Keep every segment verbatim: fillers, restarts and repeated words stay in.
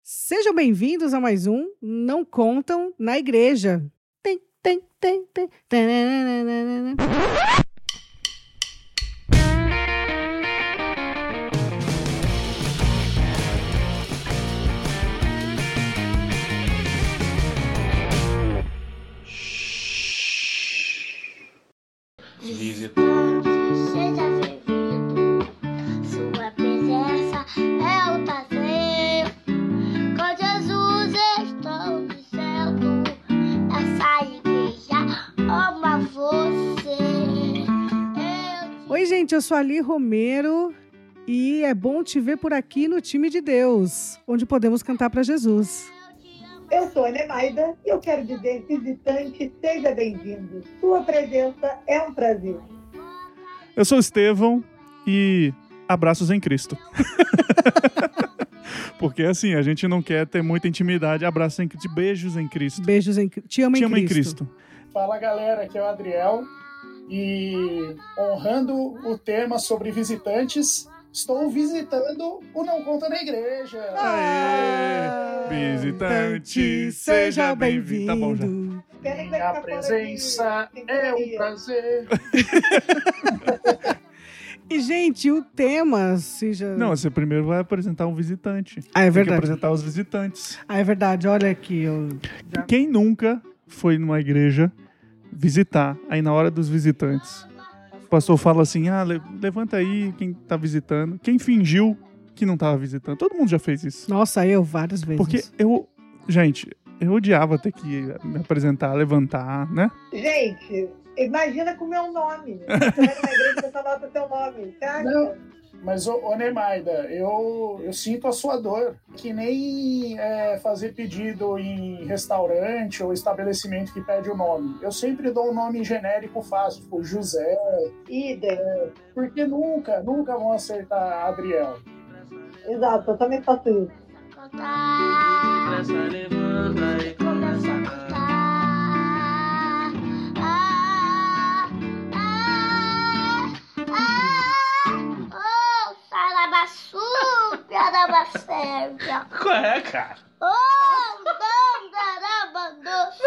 Sejam bem-vindos a mais um Não Contam na Igreja. Tem, tem, tem, tem. Visitante, seja bem-vindo. Sua presença é o prazer. Com Jesus estou dizendo: essa igreja ama você. Eu... Oi, gente, eu sou a Ali Romero e é bom te ver por aqui no Time de Deus, onde podemos cantar para Jesus. Eu sou a Nemaida e eu quero dizer, visitante, seja bem-vindo. Sua presença é um prazer. Eu sou o Estevão e abraços em Cristo. Porque assim, a gente não quer ter muita intimidade, abraços em Cristo, beijos em Cristo. Beijos em Te amo em Te amo Cristo. em Cristo. Fala galera, aqui é o Adriel e honrando o tema sobre visitantes, estou visitando o Não Conta na Igreja. Aê! Visitante, seja bem-vindo. Tá bom já. Pena que vai A ficar fora presença de é um sincronia. prazer. E, gente, o tema seja... Não, você primeiro vai apresentar um visitante. Ah, é Tem que verdade. apresentar os visitantes. Ah, é verdade. Olha aqui. Eu... já- Quem nunca foi numa igreja visitar, aí na hora dos visitantes, o pastor fala assim, ah, le- levanta aí quem tá visitando. Quem fingiu que não tava visitando. Todo mundo já fez isso. Nossa, eu várias vezes. Porque eu, gente, eu odiava ter que me apresentar, levantar, né? Gente, imagina com o meu nome. Você vai numa igreja e você anota seu nome. Tá? Não. Mas, ô, ô Nemaida, eu, eu sinto a sua dor. Que nem é, fazer pedido em restaurante ou estabelecimento que pede o nome. Eu sempre dou um nome genérico fácil, tipo José, Idem. porque nunca, nunca vão acertar Adriel. Exato, eu também faço isso. Cantar. Começa a cantar. Ah, ah, ah. Oh, Sarabaçu, Piarabacérbia. Qual é, cara? Oh, Dandarabandosúbia.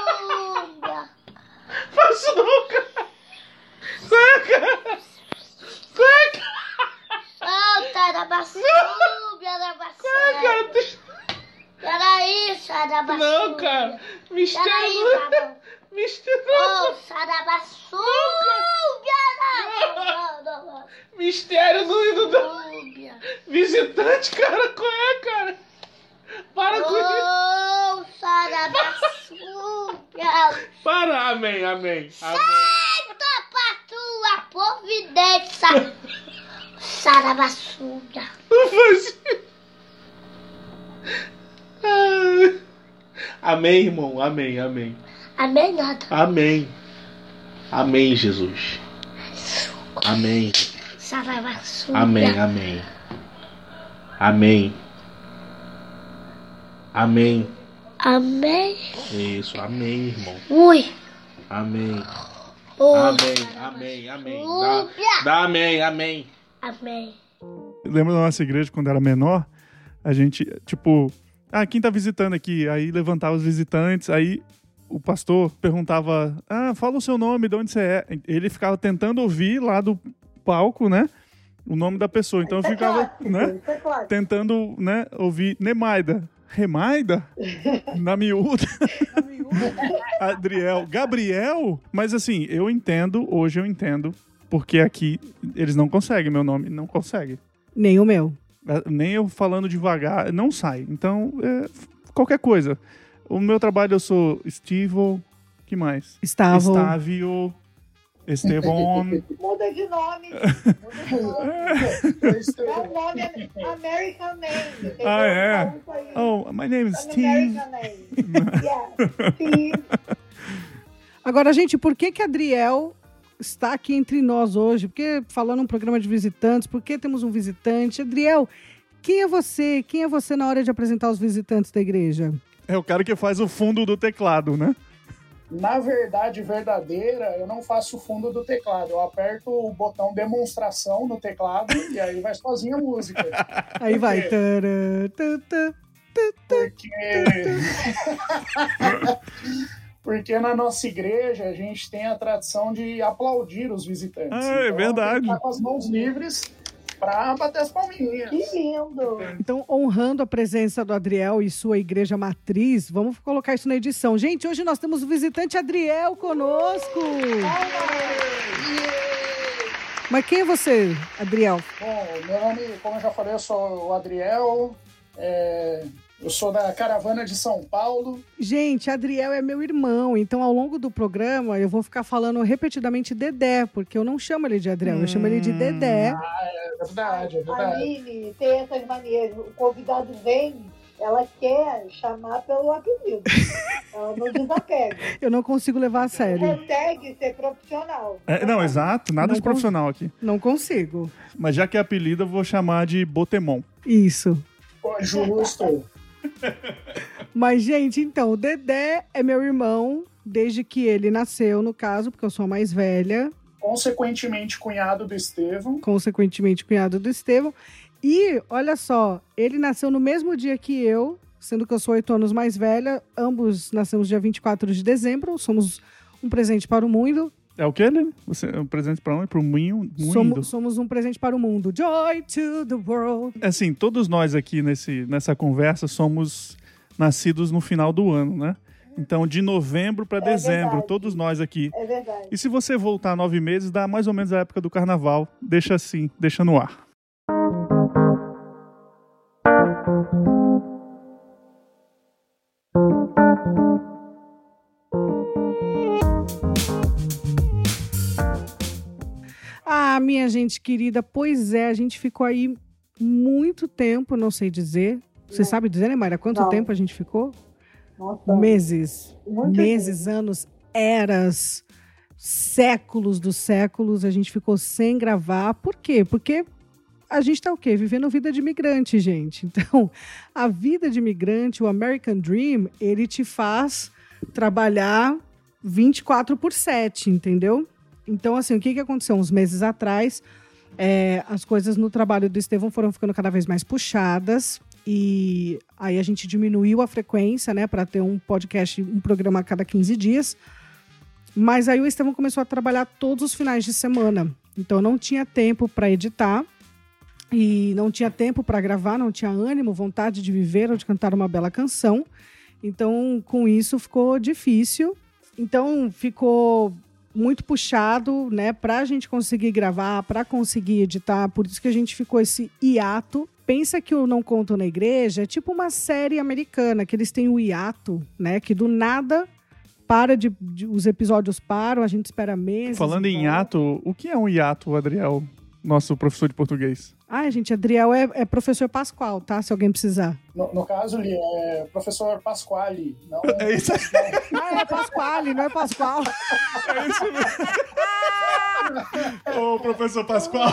Faço não, cara. Qual é, cara? Qual é, cara? Oh, Tarabaçu, Piarabacérbia. Cara, tu- Peraí, Sarabaçu. Não, cara. Mistério Peraí, não. tá bom. Mistério Oh, Sarabaçu, Piarabacérbia. Mistério não indo da Súbia. visitante, cara. Qual é, cara? Para com isso. Oh, Sarabaçúbia. Para, amém, amém. Amém. Senta pra tua providência. Sarabaçúbia. Não faz isso. Ah. Amém, irmão. Amém, amém. Amém, nada. Amém. Amém, Jesus. Amém. Sarabaçúbia. Amém, amém. Amém. Amém. Amém. Isso, amém, irmão. Ui. Amém. Oh, Amém, amém, amém. Dá, Súbia. dá amém, amém. Amém. Lembra da nossa igreja quando era menor? A gente, tipo, ah, quem tá visitando aqui? Aí levantava os visitantes, aí o pastor perguntava, ah, fala o seu nome, de onde você é. Ele ficava tentando ouvir lá do palco, né, o nome da pessoa. Então eu Isso é ficava, clássico, né, isso é clássico. tentando, né, ouvir Nemaida. Remaida? Na miúda? Adriel. Gabriel? Mas assim, eu entendo, hoje eu entendo, porque aqui eles não conseguem meu nome, não conseguem. Nem o meu. Nem eu falando devagar, não sai. Então, é, qualquer coisa. O meu trabalho eu sou Estivo, que mais? Estavo. Estávio, Estevon. Muda de nome. Muda de nome. Dá um nome American name. Entendeu? Ah, é? Fala isso aí. Oh, my name is An Steve. American name. Yeah. Steve. Agora, gente, por que que Adriel está aqui entre nós hoje? Porque falando um programa de visitantes, por que temos um visitante? Adriel, quem é você? Quem é você na hora de apresentar os visitantes da igreja? É o cara que faz o fundo do teclado, né? Na verdade verdadeira, eu não faço o fundo do teclado. Eu aperto o botão demonstração no teclado e aí vai sozinha a música. Aí vai. Por quê? Tará, tá, tá, Porque... Porque na nossa igreja a gente tem a tradição de aplaudir os visitantes. Ah, é então, verdade. Tá com as mãos livres para bater as palminhas. Que lindo! Então, honrando a presença do Adriel e sua igreja matriz, vamos colocar isso na edição. Gente, hoje nós temos o visitante Adriel conosco. Mas quem é você, Adriel? Bom, meu nome, como eu já falei, eu sou o Adriel. É... Eu sou da Caravana de São Paulo. Gente, Adriel é meu irmão, então ao longo do programa eu vou ficar falando repetidamente Dedé, porque eu não chamo ele de Adriel, hum... eu chamo ele de Dedé. Ah, é verdade, é verdade. A Aline tem essas maneiras. O convidado vem, ela quer chamar pelo apelido. Ela não desapega. Eu não consigo levar a sério. Não consegue ser profissional. É, não, exato, nada Não de profissional con- aqui. Não consigo. Mas já que é apelido, eu vou chamar de Botemon. Isso. Pô, justo. Mas, gente, então, o Dedé é meu irmão desde que ele nasceu, no caso, porque eu sou a mais velha. Consequentemente, cunhado do Estevão. Consequentemente, cunhado do Estevão. E, olha só, ele nasceu no mesmo dia que eu, sendo que eu sou oito anos mais velha. Ambos nascemos dia vinte e quatro de dezembro. Somos um presente para o mundo. É o que, Lene? Você é um presente para onde? Para o mundo? Somos, somos um presente para o mundo. Joy to the world. Assim, todos nós aqui nesse, nessa conversa somos nascidos no final do ano, né? Então, de novembro para É dezembro, verdade. todos nós aqui. É verdade. E se você voltar nove meses, dá mais ou menos a época do carnaval. Deixa assim, deixa no ar. Ah, minha gente querida, pois é, a gente ficou aí muito tempo, não sei dizer. Você Não. sabe dizer, né, Mayra? Quanto Não. tempo a gente ficou? Nossa, Meses. muito Meses, anos, eras, séculos dos séculos, a gente ficou sem gravar. Por quê? Porque a gente tá o quê? Vivendo vida de imigrante, gente. Então, a vida de imigrante, o American Dream, ele te faz trabalhar vinte e quatro por sete, entendeu? Então, assim, o que, que aconteceu? Uns meses atrás, é, as coisas no trabalho do Estevão foram ficando cada vez mais puxadas e aí a gente diminuiu a frequência, né, para ter um podcast, um programa a cada quinze dias. Mas aí o Estevão começou a trabalhar todos os finais de semana. Então, não tinha tempo para editar e não tinha tempo para gravar, não tinha ânimo, vontade de viver ou de cantar uma bela canção. Então, com isso, ficou difícil. Então, ficou muito puxado, né, pra gente conseguir gravar, pra conseguir editar, por isso que a gente ficou esse hiato. Pensa que o Não Conto na Igreja é tipo uma série americana, que eles têm o hiato, né, que do nada para de, de os episódios param, a gente espera meses. Falando em hiato, o que é um hiato, Adriel, nosso professor de português? Ah, gente, Adriel é, é professor Pascoal, tá? Se alguém precisar. No, no caso, ele é professor Pasquale. Não, É isso aí. Ah, é Pasquale, não é Pascoal. É isso mesmo. Ô, professor Pascoal.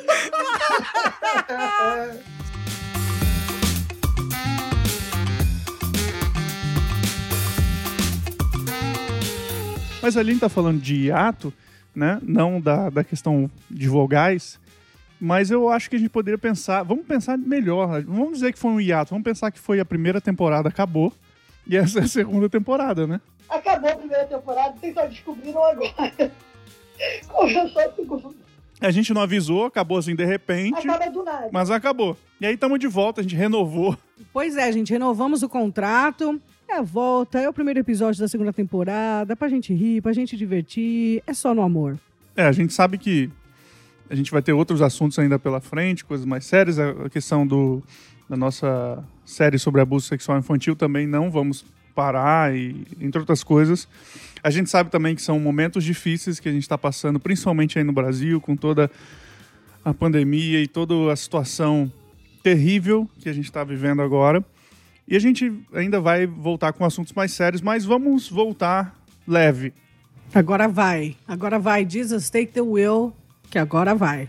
Mas a Aline tá falando de hiato, né? Não da, da questão de vogais. Mas eu acho que a gente poderia pensar... Vamos pensar melhor. Vamos dizer que foi um hiato. Vamos pensar que foi a primeira temporada, acabou. E essa é a segunda temporada, né? Acabou a primeira temporada, vocês só descobriram agora. Começou a segunda. A gente não avisou, acabou assim de repente. Acaba do nada. Mas acabou. E aí estamos de volta, a gente renovou. Pois é, gente, renovamos o contrato. É a volta, é o primeiro episódio da segunda temporada, pra gente rir, pra gente divertir. É só no amor. É, a gente sabe que a gente vai ter outros assuntos ainda pela frente, coisas mais sérias. A questão do, da nossa série sobre abuso sexual infantil também não vamos parar, e entre outras coisas. A gente sabe também que são momentos difíceis que a gente está passando, principalmente aí no Brasil, com toda a pandemia e toda a situação terrível que a gente está vivendo agora. E a gente ainda vai voltar com assuntos mais sérios, mas vamos voltar leve. Agora vai, agora vai. Jesus, take the wheel, que agora vai.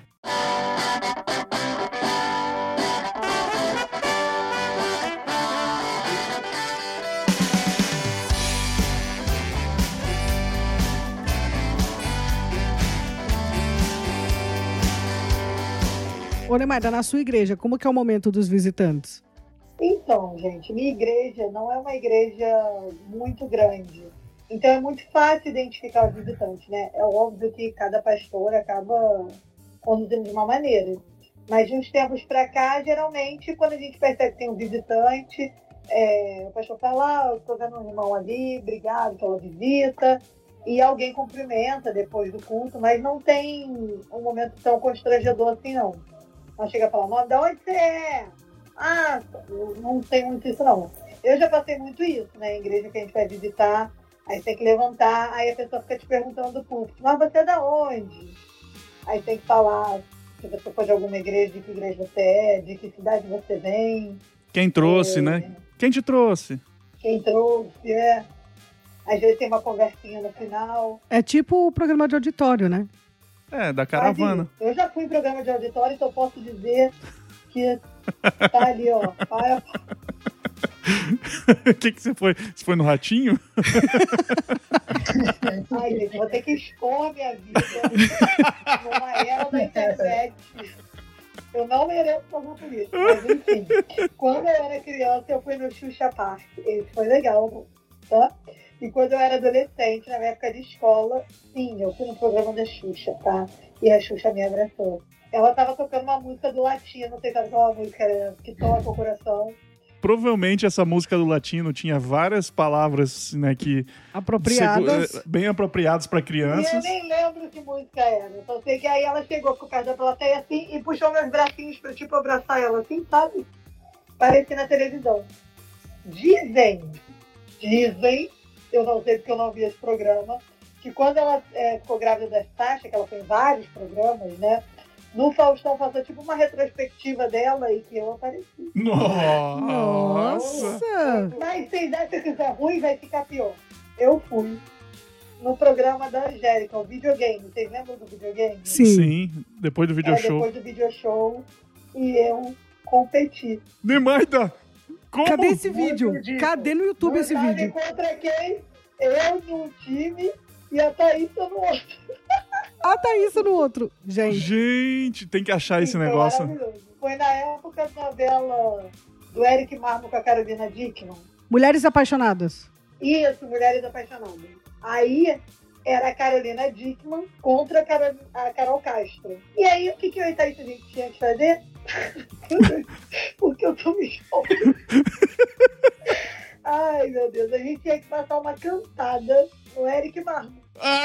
Ô, Nemaida, na sua igreja, como que é o momento dos visitantes? Então, gente, minha igreja não é uma igreja muito grande. Então é muito fácil identificar os visitantes, né? É óbvio que cada pastor acaba conduzindo de uma maneira. Mas de uns tempos para cá, geralmente, quando a gente percebe que tem um visitante, é, o pastor fala, ah, eu estou vendo um irmão ali, obrigado pela visita. E alguém cumprimenta depois do culto, mas não tem um momento tão constrangedor assim, não. Não chega a falar, não, de onde você é? Ah, não tem muito isso, não. Eu já passei muito isso, né? Em igreja que a gente vai visitar, aí tem que levantar, aí a pessoa fica te perguntando do púlpito, mas você é da onde? Aí tem que falar se você for de alguma igreja, de que igreja você é, de que cidade você vem. Quem trouxe, é, né? Quem te trouxe? Quem trouxe, é. Às vezes tem uma conversinha no final. É tipo o programa de auditório, né? É, da caravana. Mas, eu já fui em programa de auditório, então eu posso dizer que tá ali, ó. O que que você foi? Você foi no Ratinho? Ai, gente, vou ter que expor minha vida numa era da internet. Eu não mereço passar por isso. Mas, enfim, quando eu era criança, eu fui no Xuxa Park. Esse foi legal, tá? E quando eu era adolescente, na minha época de escola, sim, eu fui no programa da Xuxa, tá? E a Xuxa me abraçou. Ela tava tocando uma música do Latino, não sei se era uma música que toca o coração. Provavelmente essa música do Latino tinha várias palavras, né, que... Apropriadas. Bem apropriadas para crianças. E eu nem lembro que música era. Só sei que aí ela chegou por causa da plateia assim e puxou meus bracinhos pra, tipo, abraçar ela assim, sabe? Parecia na televisão. Dizem, dizem, eu não sei porque eu não vi esse programa, que quando ela é, ficou grávida da Sasha, que ela foi em vários programas, né? No Faustão passou tipo uma retrospectiva dela e que eu apareci. Nossa! Mas vocês acham que isso é ruim, vai ficar pior. Eu fui no programa da Angélica, o videogame. Vocês lembram do videogame? Sim. Sim, depois do video é, show. Depois do video show. E eu competi. Nemaida! Como? Cadê esse Não vídeo? acredito. Cadê no YouTube Não esse sabe vídeo? contra quem? Eu num time e a Thaísa no outro. A Thaísa no outro. Gente. Gente, tem que achar esse Sim, negócio. Foi maravilhoso. Foi na época da novela do Eric Marmo com a Carolina Dickman. Mulheres Apaixonadas. Isso, Mulheres Apaixonadas. Aí era a Carolina Dickman contra a Carol, a Carol Castro. E aí, o que, que eu e Thaís a gente tinha que fazer? Porque eu tô me expondo. Ai, meu Deus. A gente tinha que passar uma cantada no Eric Marmo.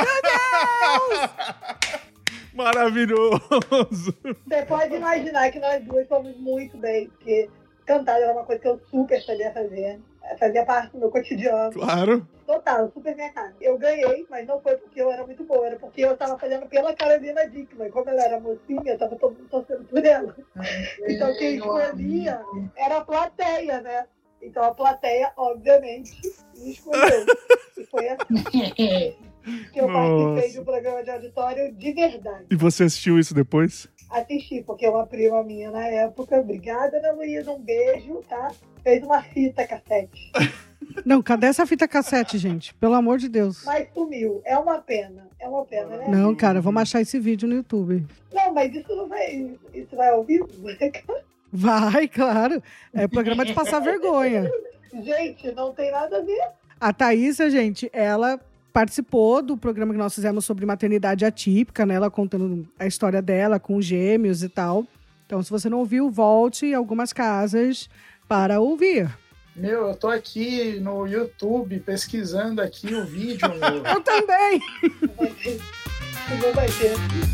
Maravilhoso! Você pode imaginar que nós duas fomos muito bem, porque cantar era uma coisa que eu super sabia fazer. Fazia parte do meu cotidiano. Claro! Total, super minha cara. Eu ganhei, mas não foi porque eu era muito boa, era porque eu tava fazendo pela Carolina Dickman. Como ela era mocinha, eu tava todo mundo torcendo por ela. Então quem escolhia era a plateia, né? Então a plateia, obviamente, me escolheu. E foi assim que eu Nossa. participei de um programa de auditório de verdade. E você assistiu isso depois? Assisti, porque uma prima minha na época, obrigada, Ana Luísa, um beijo, tá? Fez uma fita cassete. Não, cadê essa fita cassete, gente? Pelo amor de Deus. Mas sumiu. É uma pena. É uma pena, né? Não, cara, vamos achar esse vídeo no YouTube. Não, mas isso não vai. Isso vai ao vivo? Vai, claro. É programa de passar vergonha. Gente, não tem nada a ver. A Thaísa, gente, ela participou do programa que nós fizemos sobre maternidade atípica, né? Ela contando a história dela com gêmeos e tal. Então, se você não ouviu, volte em algumas casas para ouvir. Meu, eu tô aqui no YouTube pesquisando aqui o vídeo, meu. Eu também! Vai ter. Não vai ter.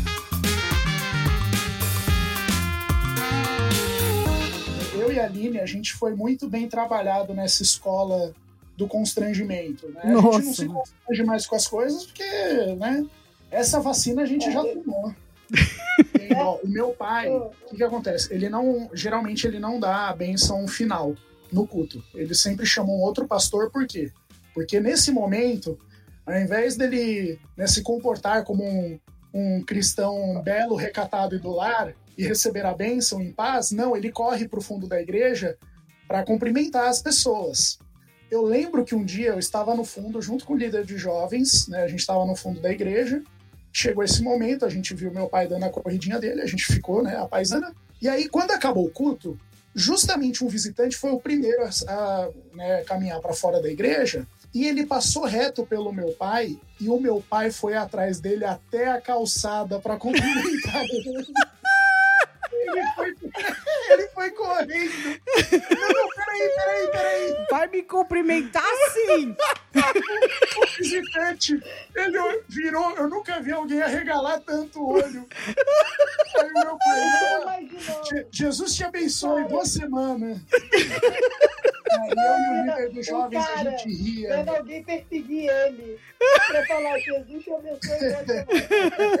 Eu e a Aline, a gente foi muito bem trabalhado nessa escola do constrangimento, né? Nossa. A gente não se constrange mais com as coisas porque, né? Essa vacina a gente já tomou. E, ó, o meu pai, o que, que acontece? Ele não, geralmente ele não dá a bênção final no culto. Ele sempre chama um outro pastor, por quê? Porque nesse momento, ao invés dele, né, se comportar como um, um cristão belo, recatado e do lar e receber a bênção em paz, não, ele corre para o fundo da igreja para cumprimentar as pessoas. Eu lembro que um dia eu estava no fundo junto com o líder de jovens, né, a gente estava no fundo da igreja, chegou esse momento, a gente viu meu pai dando a corridinha dele, a gente ficou, né, a paisana. E aí, quando acabou o culto, justamente um visitante foi o primeiro a, a né, caminhar para fora da igreja, e ele passou reto pelo meu pai, e o meu pai foi atrás dele até a calçada para cumprimentar ele. Ele foi, ele foi correndo. Não, peraí, peraí, peraí. Vai me cumprimentar sim! O visitante, ele virou, eu nunca vi alguém arregalar tanto o olho. Aí o meu pai, Je- Jesus te abençoe, boa semana. Aí eu e o líder dos jovens, cara, a gente ria. Quando alguém perseguir ele pra falar Jesus te abençoe, boa semana.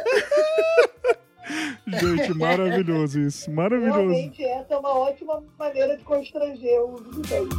Gente, maravilhoso isso. Maravilhoso. Realmente, essa é uma ótima maneira de constranger o visitante.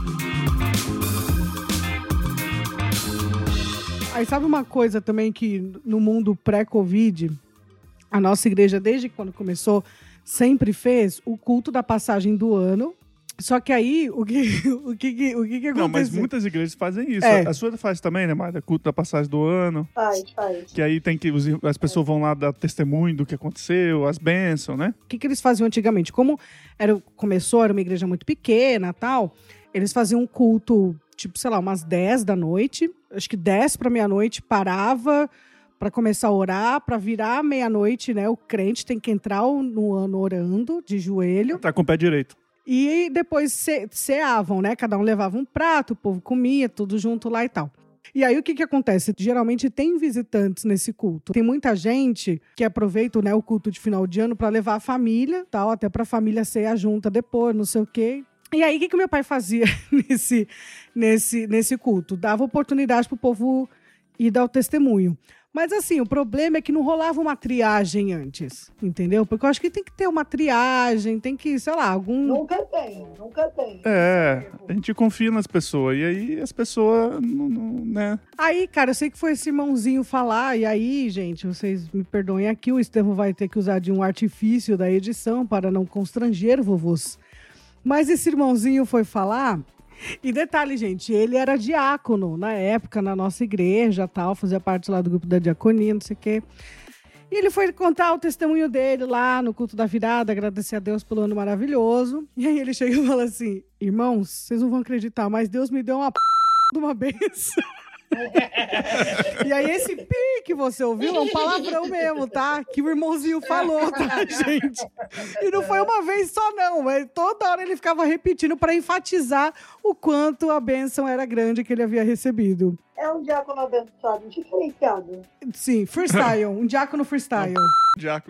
Aí sabe uma coisa também que no mundo pré-Covid, a nossa igreja, desde quando começou, sempre fez o culto da passagem do ano. Só que aí, o que, o que, o que, que aconteceu? Não, mas muitas igrejas fazem isso. É. A sua faz também, né, Mara? Culto da passagem do ano. Faz, faz. Que aí tem que os- as pessoas vão lá dar testemunho do que aconteceu, as bênçãos, né? O que, que eles faziam antigamente? Como era, começou, era uma igreja muito pequena e tal, eles faziam um culto, tipo, sei lá, umas dez da noite. Acho que dez para meia-noite parava para começar a orar, para virar meia-noite, né? O crente tem que entrar no ano orando, de joelho. Tá com o pé direito. E depois ce- ceavam, né? Cada um levava um prato, o povo comia, tudo junto lá e tal. E aí, o que que acontece? Geralmente tem visitantes nesse culto. Tem muita gente que aproveita, né, o culto de final de ano para levar a família, tal, até para a família cear junta depois, não sei o quê. E aí, o que que meu pai fazia nesse, nesse, nesse culto? Dava oportunidade pro povo ir dar o testemunho. Mas assim, o problema é que não rolava uma triagem antes, entendeu? Porque eu acho que tem que ter uma triagem, tem que, sei lá, algum... Nunca tem, nunca tem. É, a gente confia nas pessoas. E aí as pessoas, não, não, né? Aí, cara, eu sei que foi esse irmãozinho falar, e aí, gente, vocês me perdoem aqui, o Estevão vai ter que usar de um artifício da edição para não constranger vovôs. Mas esse irmãozinho foi falar... E detalhe, gente, ele era diácono na época, na nossa igreja, tal, fazia parte lá do grupo da diaconia, não sei o quê. E ele foi contar o testemunho dele lá no culto da virada, agradecer a Deus pelo ano maravilhoso. E aí ele chega e fala assim, irmãos, vocês não vão acreditar, mas Deus me deu uma p... de uma benção. E aí esse pi que você ouviu é um palavrão mesmo, tá? Que o irmãozinho falou, tá, gente? E não foi uma vez só não, mas toda hora ele ficava repetindo para enfatizar o quanto a bênção era grande que ele havia recebido. É um diácono abençoado, diferenciado. Sim, freestyle, um diácono freestyle. Diácono.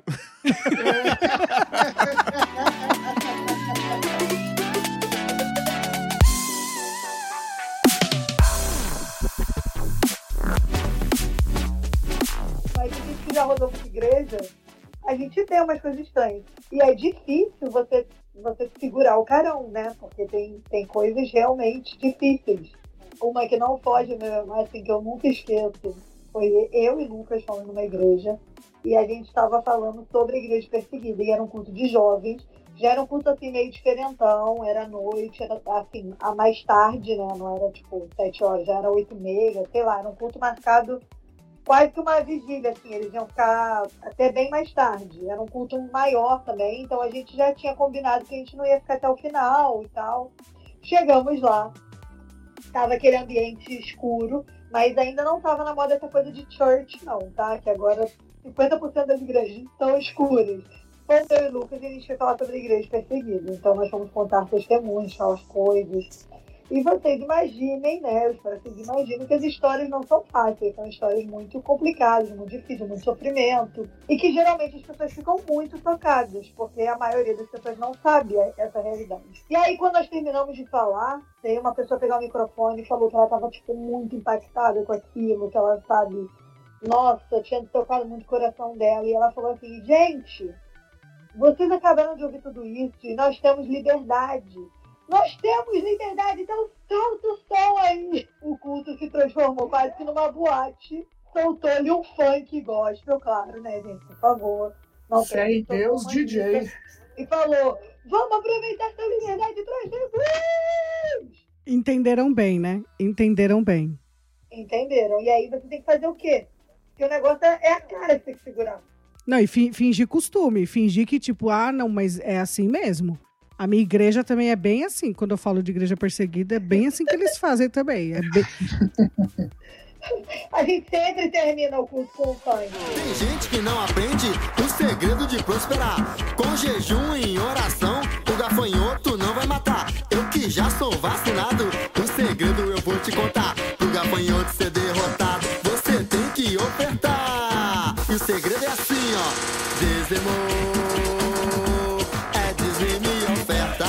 Mas a gente que já rodou com igreja, a gente tem umas coisas estranhas. E é difícil você, você segurar o carão, né? Porque tem, tem coisas realmente difíceis. Uma que não foge, né? Assim, que eu nunca esqueço, foi eu e Lucas falando numa igreja, e a gente estava falando sobre a igreja perseguida, e era um culto de jovens, já era um culto assim meio diferentão, era à noite, era assim, a mais tarde, né? Não era tipo sete horas, já era oito e meia, sei lá, era um culto marcado quase que uma vigília, assim, eles iam ficar até bem mais tarde. Era um culto maior também, então a gente já tinha combinado que a gente não ia ficar até o final e tal. Chegamos lá, tava aquele ambiente escuro, mas ainda não tava na moda essa coisa de church, não, tá? Que agora cinquenta por cento das igrejas estão escuras. Quando eu e o Lucas, a gente foi falar sobre a igreja perseguida. Então nós vamos contar testemunhos, falar as coisas. E vocês imaginem, né? Eu espero que vocês imaginem que as histórias não são fáceis, são histórias muito complicadas, muito difíceis, muito sofrimento. E que geralmente as pessoas ficam muito tocadas, porque a maioria das pessoas não sabe essa realidade. E aí, quando nós terminamos de falar, tem uma pessoa pegar o microfone e falou que ela estava tipo, muito impactada com aquilo, que ela sabe, nossa, tinha tocado muito o coração dela. E ela falou assim, gente, vocês acabaram de ouvir tudo isso e nós temos liberdade. Nós temos liberdade, então solta o som aí. O culto se transformou quase que numa boate. Soltou-lhe um funk gospel, claro, né, gente? Por favor. Não Fé em Deus, D J. E falou, vamos aproveitar essa liberdade para Jesus! Entenderam bem, né? Entenderam bem. Entenderam? E aí você tem que fazer o quê? Porque o negócio é a cara que tem que segurar. Não, e fi- fingir costume. Fingir que, tipo, ah, não, mas é assim mesmo. A minha igreja também é bem assim. Quando eu falo de igreja perseguida, é bem assim que eles fazem também. É bem... A gente sempre termina o curso com o funk. Tem gente que não aprende o segredo de prosperar. Com jejum e oração, o gafanhoto não vai matar. Eu que já sou vacinado, o segredo eu vou te contar. Pro gafanhoto ser derrotado, você tem que ofertar. E o segredo é assim, ó. Dizimou, é dizime e oferta.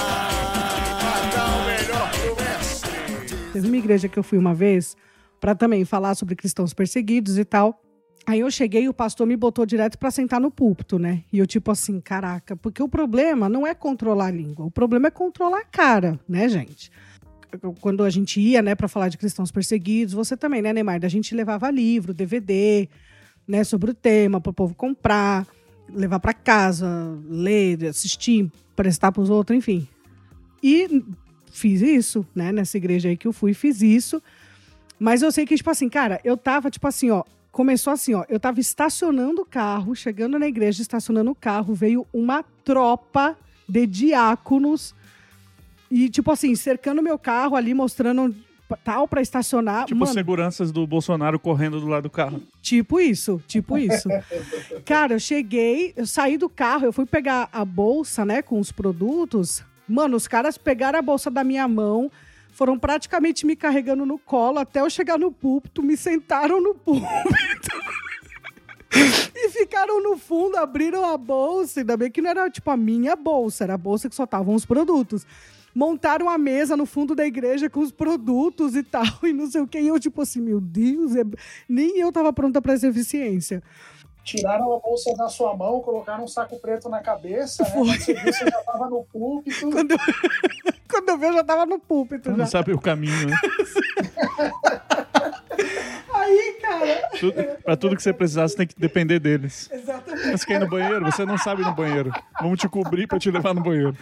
Teve uma igreja que eu fui uma vez para também falar sobre cristãos perseguidos e tal. Aí eu cheguei e o pastor me botou direto para sentar no púlpito, né? E eu tipo assim, caraca, porque o problema não é controlar a língua, o problema é controlar a cara, né, gente? Quando a gente ia, né, para falar de cristãos perseguidos, você também, né, Neymar? A gente levava livro, D V D, né, sobre o tema, para o povo comprar, levar para casa, ler, assistir, prestar para os outros, enfim. E fiz isso, né, nessa igreja aí que eu fui, fiz isso. Mas eu sei que, tipo assim, cara, eu tava, tipo assim, ó, começou assim, ó, eu tava estacionando o carro, chegando na igreja, estacionando o carro, veio uma tropa de diáconos e, tipo assim, cercando meu carro ali, mostrando tal pra estacionar. Tipo, mano, seguranças do Bolsonaro correndo do lado do carro. Tipo isso, tipo isso. Cara, eu cheguei, eu saí do carro, eu fui pegar a bolsa, né, com os produtos. Mano, os caras pegaram a bolsa da minha mão, foram praticamente me carregando no colo até eu chegar no púlpito, me sentaram no púlpito e ficaram no fundo, abriram a bolsa, ainda bem que não era tipo a minha bolsa, era a bolsa que só estavam os produtos. Montaram a mesa no fundo da igreja com os produtos e tal, e não sei o que, e eu tipo assim, meu Deus, é... nem eu tava pronta pra essa eficiência. Tiraram a bolsa da sua mão, colocaram um saco preto na cabeça, né? Quando você viu, você já tava no púlpito. Quando eu, Quando eu vi, eu já tava no púlpito. Não já. sabe o caminho, né? Aí, cara... Tudo, pra tudo que você precisar, você tem que depender deles. Exatamente. Você quer ir no banheiro? Você não sabe ir no banheiro. Vamos te cobrir pra te levar no banheiro.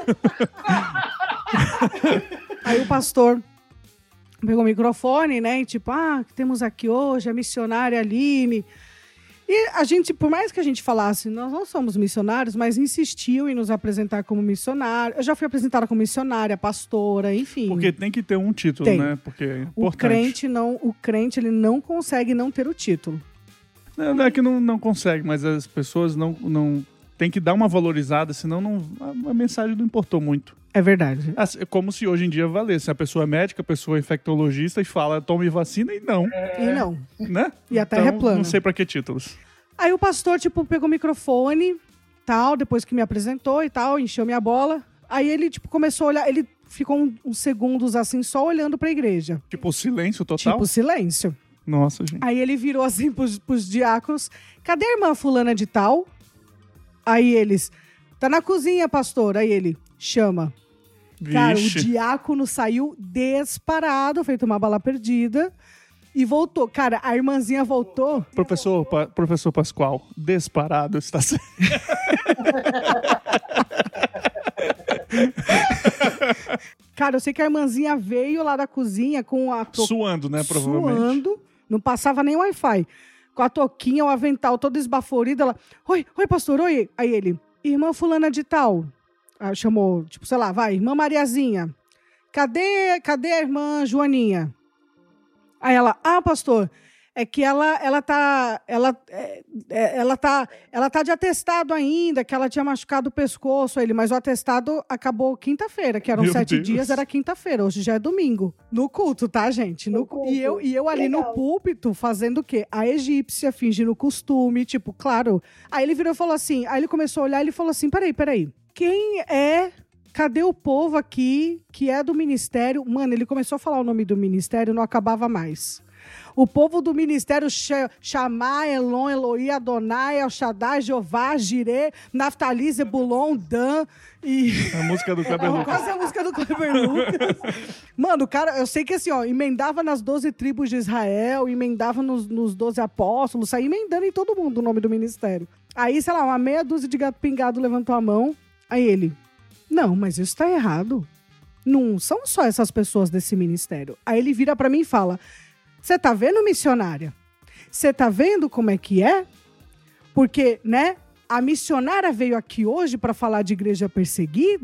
Aí o pastor pegou o microfone, né? E tipo, ah, que temos aqui hoje a missionária Aline... E a gente, por mais que a gente falasse, nós não somos missionários, mas insistiu em nos apresentar como missionário. Eu já fui apresentada como missionária, pastora, enfim. Porque tem que ter um título, tem. né? Porque é importante. O crente, não, o crente ele não consegue não ter o título. Não, não é que não, não consegue, mas as pessoas não, não tem que dar uma valorizada, senão não, a, a mensagem não importou muito. É verdade. É como se hoje em dia valesse. A pessoa é médica, a pessoa é infectologista e fala, tome vacina e não. E não. Né? E a terra então, é plana. Não sei pra que títulos. Aí o pastor, tipo, pegou o microfone, tal, depois que me apresentou e tal, encheu minha bola. Aí ele, tipo, começou a olhar, ele ficou um, uns segundos, assim, só olhando pra igreja. Tipo, silêncio total? Tipo, silêncio. Nossa, gente. Aí ele virou, assim, pros, pros diáconos, cadê a irmã fulana de tal? Aí eles, tá na cozinha, pastor. Aí ele, chama. Vixe. Cara, o diácono saiu disparado, feito uma bala perdida, e voltou. Cara, a irmãzinha voltou. Professor, pa, professor Pascoal, disparado está certo. Cara, eu sei que a irmãzinha veio lá da cozinha com a... To... Suando, né, provavelmente. Suando, não passava nem Wi-Fi. Com a toquinha, o avental todo esbaforido, ela... Oi, oi, pastor, oi. Aí ele, irmã fulana de tal... Ah, chamou, tipo, sei lá, vai, irmã Mariazinha. Cadê, cadê a irmã Joaninha? Aí ela, ah, pastor, é que ela, ela tá, ela, é, ela tá, ela tá de atestado ainda, que ela tinha machucado o pescoço, ele, mas o atestado acabou quinta-feira, que eram Meu sete Deus. dias, era quinta-feira, hoje já é domingo. No culto, tá, gente? No, No culto. E, eu, e eu ali Legal. no púlpito, fazendo o quê? A egípcia, fingindo costume, tipo, claro. Aí ele virou e falou assim, aí ele começou a olhar e ele falou assim, peraí, peraí. Quem é... Cadê o povo aqui que é do ministério? Mano, ele começou a falar o nome do ministério, não acabava mais. O povo do ministério Chamar, Elon, Eloí, Adonai, El Shaddai, Jeová, Jirê, Naftali, Zebulon, Dan e... A música do Kleber Lucas. Quase a música do Kleber Lucas. Mano, o cara, eu sei que assim, ó, emendava nas doze tribos de Israel, emendava nos, nos doze apóstolos, saía emendando em todo mundo o nome do ministério. Aí, sei lá, uma meia dúzia de gato pingado levantou a mão, aí ele... Não, mas isso tá errado. Não são só essas pessoas desse ministério. Aí ele vira pra mim e fala, você tá vendo, missionária? Você tá vendo como é que é? Porque, né, a missionária veio aqui hoje pra falar de igreja perseguida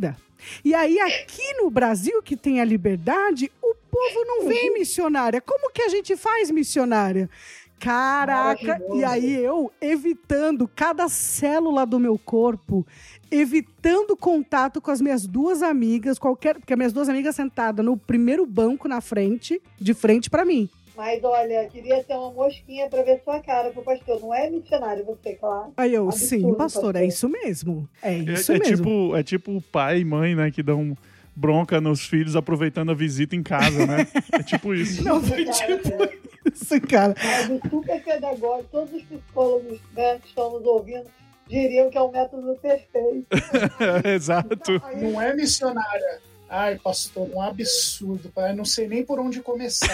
E aí, aqui no Brasil, que tem a liberdade, o povo não vem missionária. Como que a gente faz missionária? Caraca, e aí eu evitando cada célula do meu corpo, evitando contato com as minhas duas amigas, qualquer, porque as minhas duas amigas sentadas no primeiro banco na frente, de frente pra mim. Mas olha, queria ter uma mosquinha pra ver sua cara pro pastor. Não é missionário você, claro. Aí eu, Absurdo, sim, pastor, pastor, é isso mesmo. É isso é, é mesmo. Tipo, é tipo pai e mãe, né, que dão bronca nos filhos aproveitando a visita em casa, né? É tipo isso. Não, foi tipo isso, cara. Mas o super pedagógico, todos os psicólogos, né, que estão nos ouvindo, diriam que é o método perfeito. Exato. Não é missionária. Ai, pastor, um absurdo. Eu não sei nem por onde começar.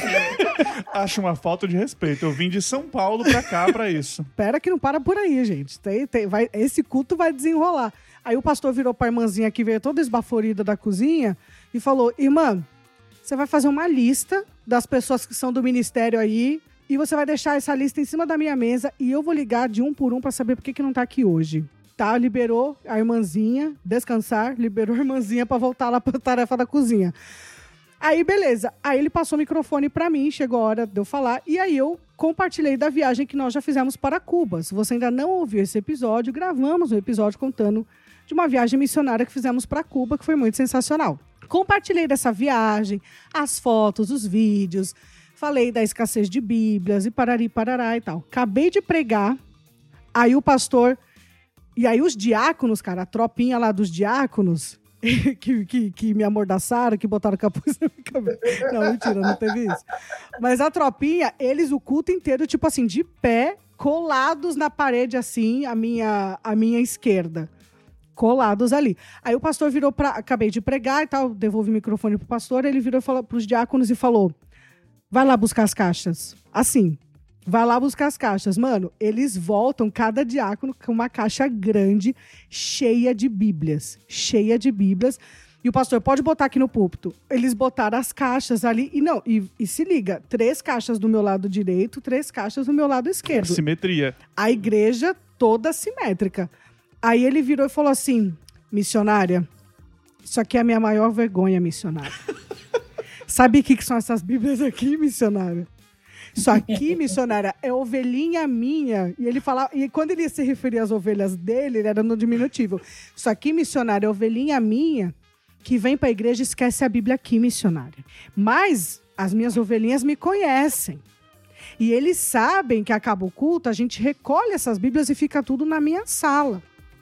Acho uma falta de respeito. Eu vim de São Paulo pra cá pra isso. Pera que não para por aí, gente. Tem, tem, vai, esse culto vai desenrolar. Aí o pastor virou pra irmãzinha que veio toda esbaforida da cozinha e falou: irmã, você vai fazer uma lista das pessoas que são do ministério aí e você vai deixar essa lista em cima da minha mesa e eu vou ligar de um por um pra saber por que, que não tá aqui hoje. Tá, liberou a irmãzinha, descansar, liberou a irmãzinha pra voltar lá pra tarefa da cozinha. Aí, beleza. Aí ele passou o microfone pra mim, chegou a hora de eu falar, e aí eu compartilhei da viagem que nós já fizemos para Cuba. Se você ainda não ouviu esse episódio, gravamos um episódio contando de uma viagem missionária que fizemos para Cuba, que foi muito sensacional. Compartilhei dessa viagem, as fotos, os vídeos, falei da escassez de bíblias e parari, parará e tal. Acabei de pregar, aí o pastor... E aí os diáconos, cara, a tropinha lá dos diáconos, que, que, que me amordaçaram, que botaram capuz na minha cabeça. Não, mentira, não teve isso. Mas a tropinha, eles o culto inteiro, tipo assim, de pé, colados na parede, assim, a minha, a minha esquerda. Colados ali. Aí o pastor virou pra... Acabei de pregar e tal, devolvi o microfone pro pastor, ele virou falou, pros diáconos e falou: vai lá buscar as caixas. Assim. Vai lá buscar as caixas. Mano, eles voltam, cada diácono, com uma caixa grande, cheia de bíblias. Cheia de bíblias. E o pastor, pode botar aqui no púlpito. Eles botaram as caixas ali. E não, e, e se liga, três caixas do meu lado direito, três caixas do meu lado esquerdo. Simetria. A igreja toda simétrica. Aí ele virou e falou assim: missionária, isso aqui é a minha maior vergonha, missionária. Sabe o que, que são essas bíblias aqui, missionária? Isso aqui, missionária, é ovelhinha minha. E ele falava, e quando ele se referia às ovelhas dele, ele era no diminutivo. Isso aqui, missionária, é ovelhinha minha que vem para a igreja e esquece a Bíblia aqui, missionária. Mas as minhas ovelhinhas me conhecem. E eles sabem que acaba o culto, a gente recolhe essas Bíblias e fica tudo na minha sala.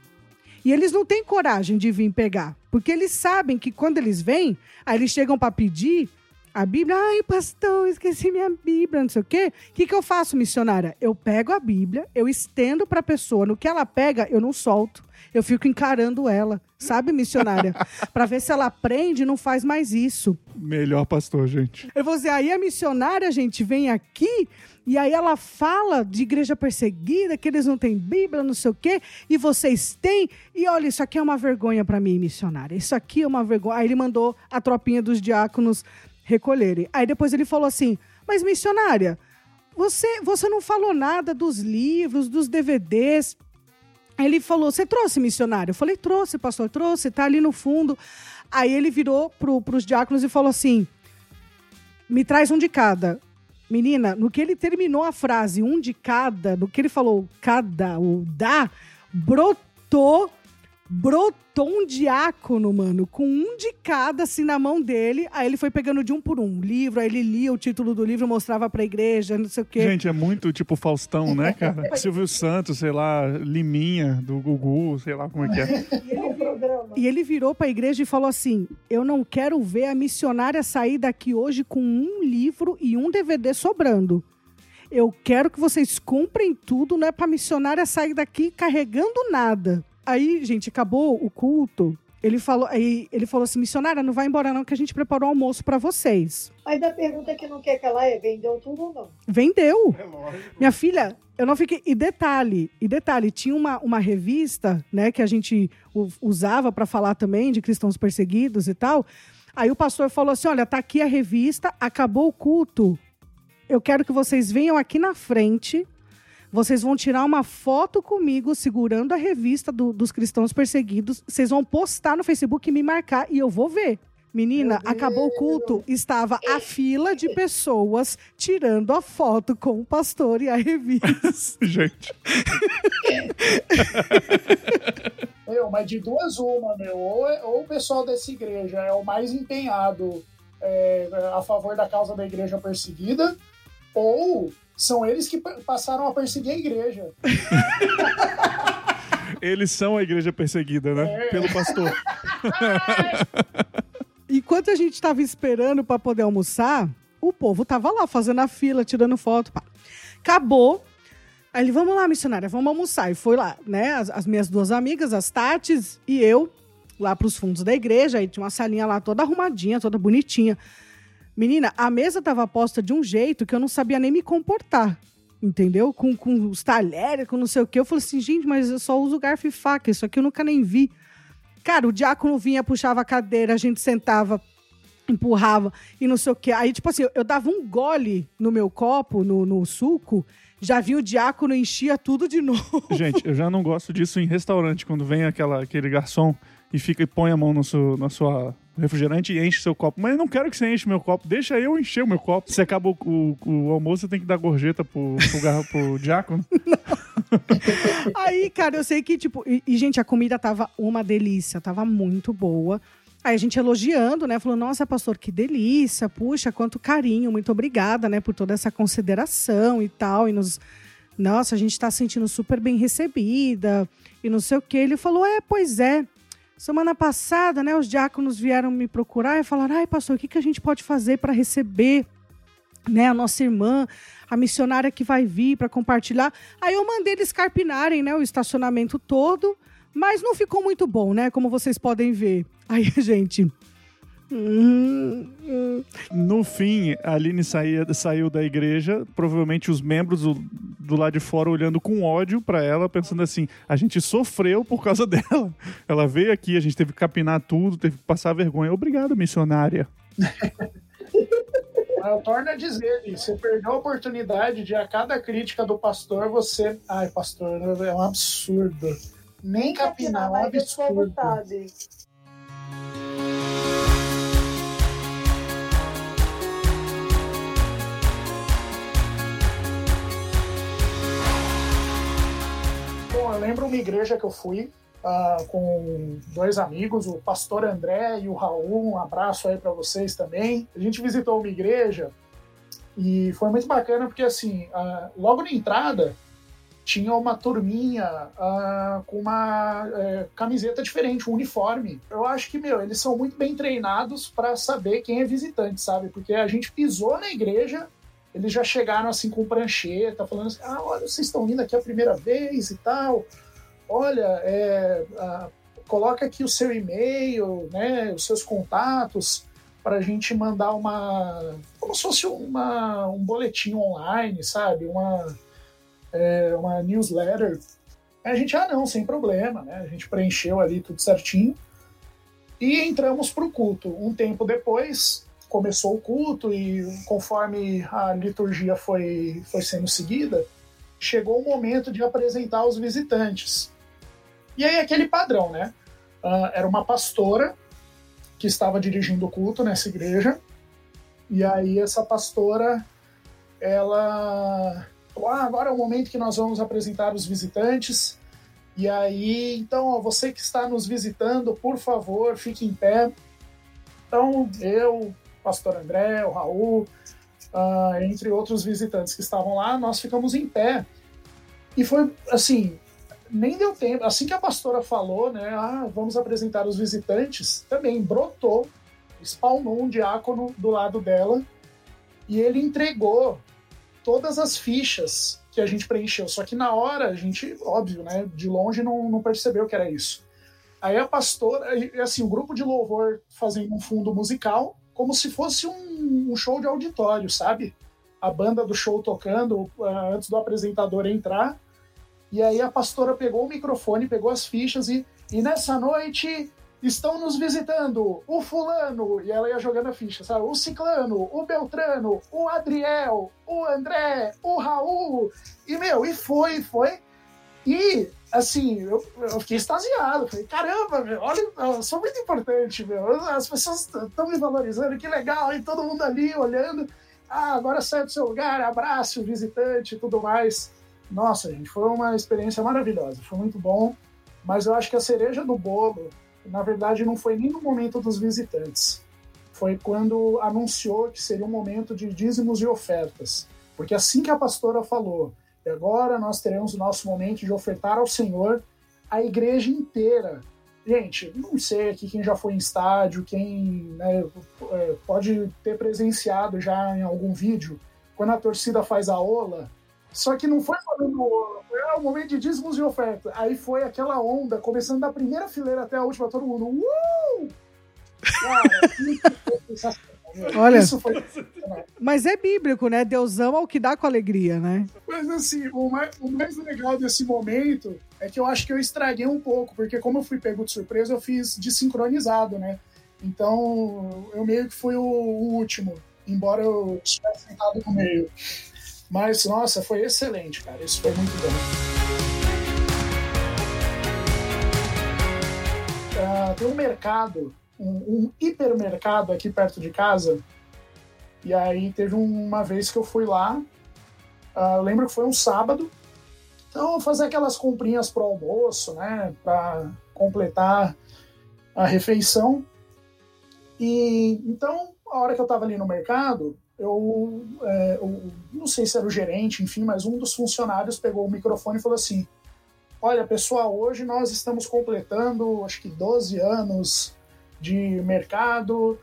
E eles não têm coragem de vir pegar, porque eles sabem que quando eles vêm, aí eles chegam para pedir a Bíblia. Ai, pastor, esqueci minha Bíblia, não sei o quê. O que, que eu faço, missionária? Eu pego a Bíblia, eu estendo para a pessoa. No que ela pega, eu não solto. Eu fico encarando ela, sabe, missionária? Para ver se ela aprende e não faz mais isso. Melhor pastor, gente. Eu vou dizer, aí a missionária, gente, vem aqui e aí ela fala de igreja perseguida, que eles não têm Bíblia, não sei o quê, e vocês têm. E olha, isso aqui é uma vergonha para mim, missionária. Isso aqui é uma vergonha. Aí ele mandou a tropinha dos diáconos recolherem. Aí depois ele falou assim: mas missionária, você, você não falou nada dos livros, dos D V Ds. Aí ele falou: você trouxe, missionário? Eu falei: trouxe, pastor, trouxe, tá ali no fundo. Aí ele virou pro, pros diáconos e falou assim: me traz um de cada. Menina, no que ele terminou a frase, um de cada, no que ele falou cada, o da, brotou Brotou um diácono, mano, com um de cada, assim, na mão dele. Aí ele foi pegando de um por um livro, aí ele lia o título do livro, mostrava pra igreja, não sei o quê. Gente, é muito tipo Faustão, né, cara? Silvio Santos, sei lá, Liminha, do Gugu, sei lá como é que é. E ele, e ele virou pra igreja e falou assim: eu não quero ver a missionária sair daqui hoje com um livro e um D V D sobrando. Eu quero que vocês comprem tudo, não é pra missionária sair daqui carregando nada. Aí, gente, acabou o culto. Ele falou, aí, ele falou assim: missionária, não vai embora não, que a gente preparou almoço pra vocês. Mas a pergunta que não quer calar é: vendeu tudo ou não? Vendeu. É lógico. Minha filha, eu não fiquei... E detalhe, e detalhe, tinha uma, uma revista, né, que a gente usava pra falar também de cristãos perseguidos e tal. Aí o pastor falou assim: olha, tá aqui a revista, acabou o culto. Eu quero que vocês venham aqui na frente. vocês vão tirar uma foto comigo segurando a revista do, dos cristãos perseguidos, vocês vão postar no Facebook e me marcar e eu vou ver. Menina, acabou o culto, estava a fila de pessoas tirando a foto com o pastor e a revista. Gente. Meu, mas de duas uma, meu. Ou, é, ou o pessoal dessa igreja é o mais empenhado é, a favor da causa da igreja perseguida, ou são eles que p- passaram a perseguir a igreja. Eles são a igreja perseguida, né? É. Pelo pastor. Enquanto a gente estava esperando para poder almoçar, o povo tava lá fazendo a fila, tirando foto. Pá. Acabou. Aí ele, vamos lá, missionária, vamos almoçar. E foi lá, né? As, as minhas duas amigas, as Tatis e eu, lá pros fundos da igreja. Aí tinha uma salinha lá toda arrumadinha, toda bonitinha. Menina, a mesa tava posta de um jeito que eu não sabia nem me comportar. Entendeu? Com, com os talheres, com não sei o quê. Eu falei assim, gente, mas eu só uso garfo e faca. Isso aqui eu nunca nem vi. Cara, o diácono vinha, puxava a cadeira, a gente sentava, empurrava e não sei o quê. Aí, tipo assim, eu, eu dava um gole no meu copo, no, no suco, já vinha o diácono, enchia tudo de novo. Gente, eu já não gosto disso em restaurante, quando vem aquela, aquele garçom e fica e põe a mão no seu, na sua refrigerante e enche seu copo. Mas eu não quero que você enche meu copo, deixa eu encher o meu copo. Se acaba o, o, o almoço, você tem que dar gorjeta pro, pro, garra, pro diácono. Aí, cara, eu sei que, tipo... E, e, gente, a comida tava uma delícia, tava muito boa. Aí a gente elogiando, né? Falou, nossa, pastor, que delícia, puxa, quanto carinho, muito obrigada, né? Por toda essa consideração e tal. E nos... Nossa, a gente tá se sentindo super bem recebida e não sei o quê. Ele falou, é, pois é. Semana passada, né, os diáconos vieram me procurar e falaram, ai, pastor, o que, que a gente pode fazer para receber, né, a nossa irmã, a missionária que vai vir para compartilhar. Aí eu mandei eles carpinarem, né, o estacionamento todo, mas não ficou muito bom, né, como vocês podem ver. Aí, gente... Hum, hum. No fim, a Aline saía, saiu da igreja, provavelmente os membros do, do lado de fora olhando com ódio pra ela, pensando assim, a gente sofreu por causa dela. Ela veio aqui, a gente teve que capinar tudo, teve que passar vergonha. Obrigado, missionária. Eu torno a dizer, você perdeu a oportunidade de a cada crítica do pastor, você... Ai, pastor, é um absurdo. Nem capinar, é um absurdo. Sabe. Bom, eu lembro uma igreja que eu fui uh, com dois amigos, o pastor André e o Raul, um abraço aí para vocês também. A gente visitou uma igreja e foi muito bacana porque, assim, uh, logo na entrada tinha uma turminha uh, com uma uh, camiseta diferente, um uniforme. Eu acho que, meu, eles são muito bem treinados para saber quem é visitante, sabe? Porque a gente pisou na igreja, eles já chegaram assim com prancheta, falando assim, ah, olha, vocês estão vindo aqui a primeira vez e tal, olha, é, ah, coloca aqui o seu e-mail, né, os seus contatos, para a gente mandar uma, como se fosse uma, um boletim online, sabe, uma, é, uma newsletter. Aí a gente, ah não, sem problema, né, a gente preencheu ali tudo certinho e entramos para o culto. Um tempo depois... começou o culto e conforme a liturgia foi, foi sendo seguida, chegou o momento de apresentar os visitantes. E aí aquele padrão, né? Uh, era uma pastora que estava dirigindo o culto nessa igreja, e aí essa pastora, ela... Ah, agora é o momento que nós vamos apresentar os visitantes, e aí, então, ó, você que está nos visitando, por favor, fique em pé. Então, eu... pastor André, o Raul, uh, entre outros visitantes que estavam lá, nós ficamos em pé. E foi, assim, nem deu tempo. Assim que a pastora falou, né, ah, vamos apresentar os visitantes, também brotou, spawnou um diácono do lado dela e ele entregou todas as fichas que a gente preencheu. Só que na hora, a gente, óbvio, né, de longe não, não percebeu que era isso. Aí a pastora, assim, o grupo de louvor fazendo um fundo musical, como se fosse um, um show de auditório, sabe? A banda do show tocando uh, antes do apresentador entrar. E aí a pastora pegou o microfone, pegou as fichas e, e nessa noite estão nos visitando o fulano, e ela ia jogando a ficha, sabe? O ciclano, o Beltrano, o Adriel, o André, o Raul, e, meu, e foi, foi. E, assim, eu, eu fiquei extasiado. Falei, caramba, meu, olha, eu sou muito importante, meu. As pessoas estão me valorizando, que legal. E todo mundo ali olhando. Ah, agora sai do seu lugar, abraço o visitante e tudo mais. Nossa, gente, foi uma experiência maravilhosa. Foi muito bom. Mas eu acho que a cereja do bolo, na verdade, não foi nem no momento dos visitantes. Foi quando anunciou que seria um momento de dízimos e ofertas. Porque assim que a pastora falou... E agora nós teremos o nosso momento de ofertar ao Senhor, a igreja inteira. Gente, não sei aqui quem já foi em estádio, quem, né, pode ter presenciado já em algum vídeo, quando a torcida faz a ola, só que não foi falando ola, foi o momento de dízimos e oferta. Aí foi aquela onda, começando da primeira fileira até a última, todo mundo, uh! Cara, isso foi sensacional. Olha, isso foi... mas é bíblico, né? Deus ama o que dá com alegria, né? Mas assim, o mais, o mais legal desse momento é que eu acho que eu estraguei um pouco, porque como eu fui pego de surpresa, eu fiz desincronizado, né? Então, eu meio que fui o, o último, embora eu estivesse sentado no meio. Mas, nossa, foi excelente, cara. Isso foi muito bom. Uh, tem um mercado, um, um hipermercado aqui perto de casa. E aí teve uma vez que eu fui lá, uh, lembro que foi um sábado, então fazer aquelas comprinhas pro almoço, né, para completar a refeição. E então, a hora que eu tava ali no mercado, eu, é, eu não sei se era o gerente, enfim, mas um dos funcionários pegou o microfone e falou assim: olha, pessoal, hoje nós estamos completando, acho que doze anos de mercado,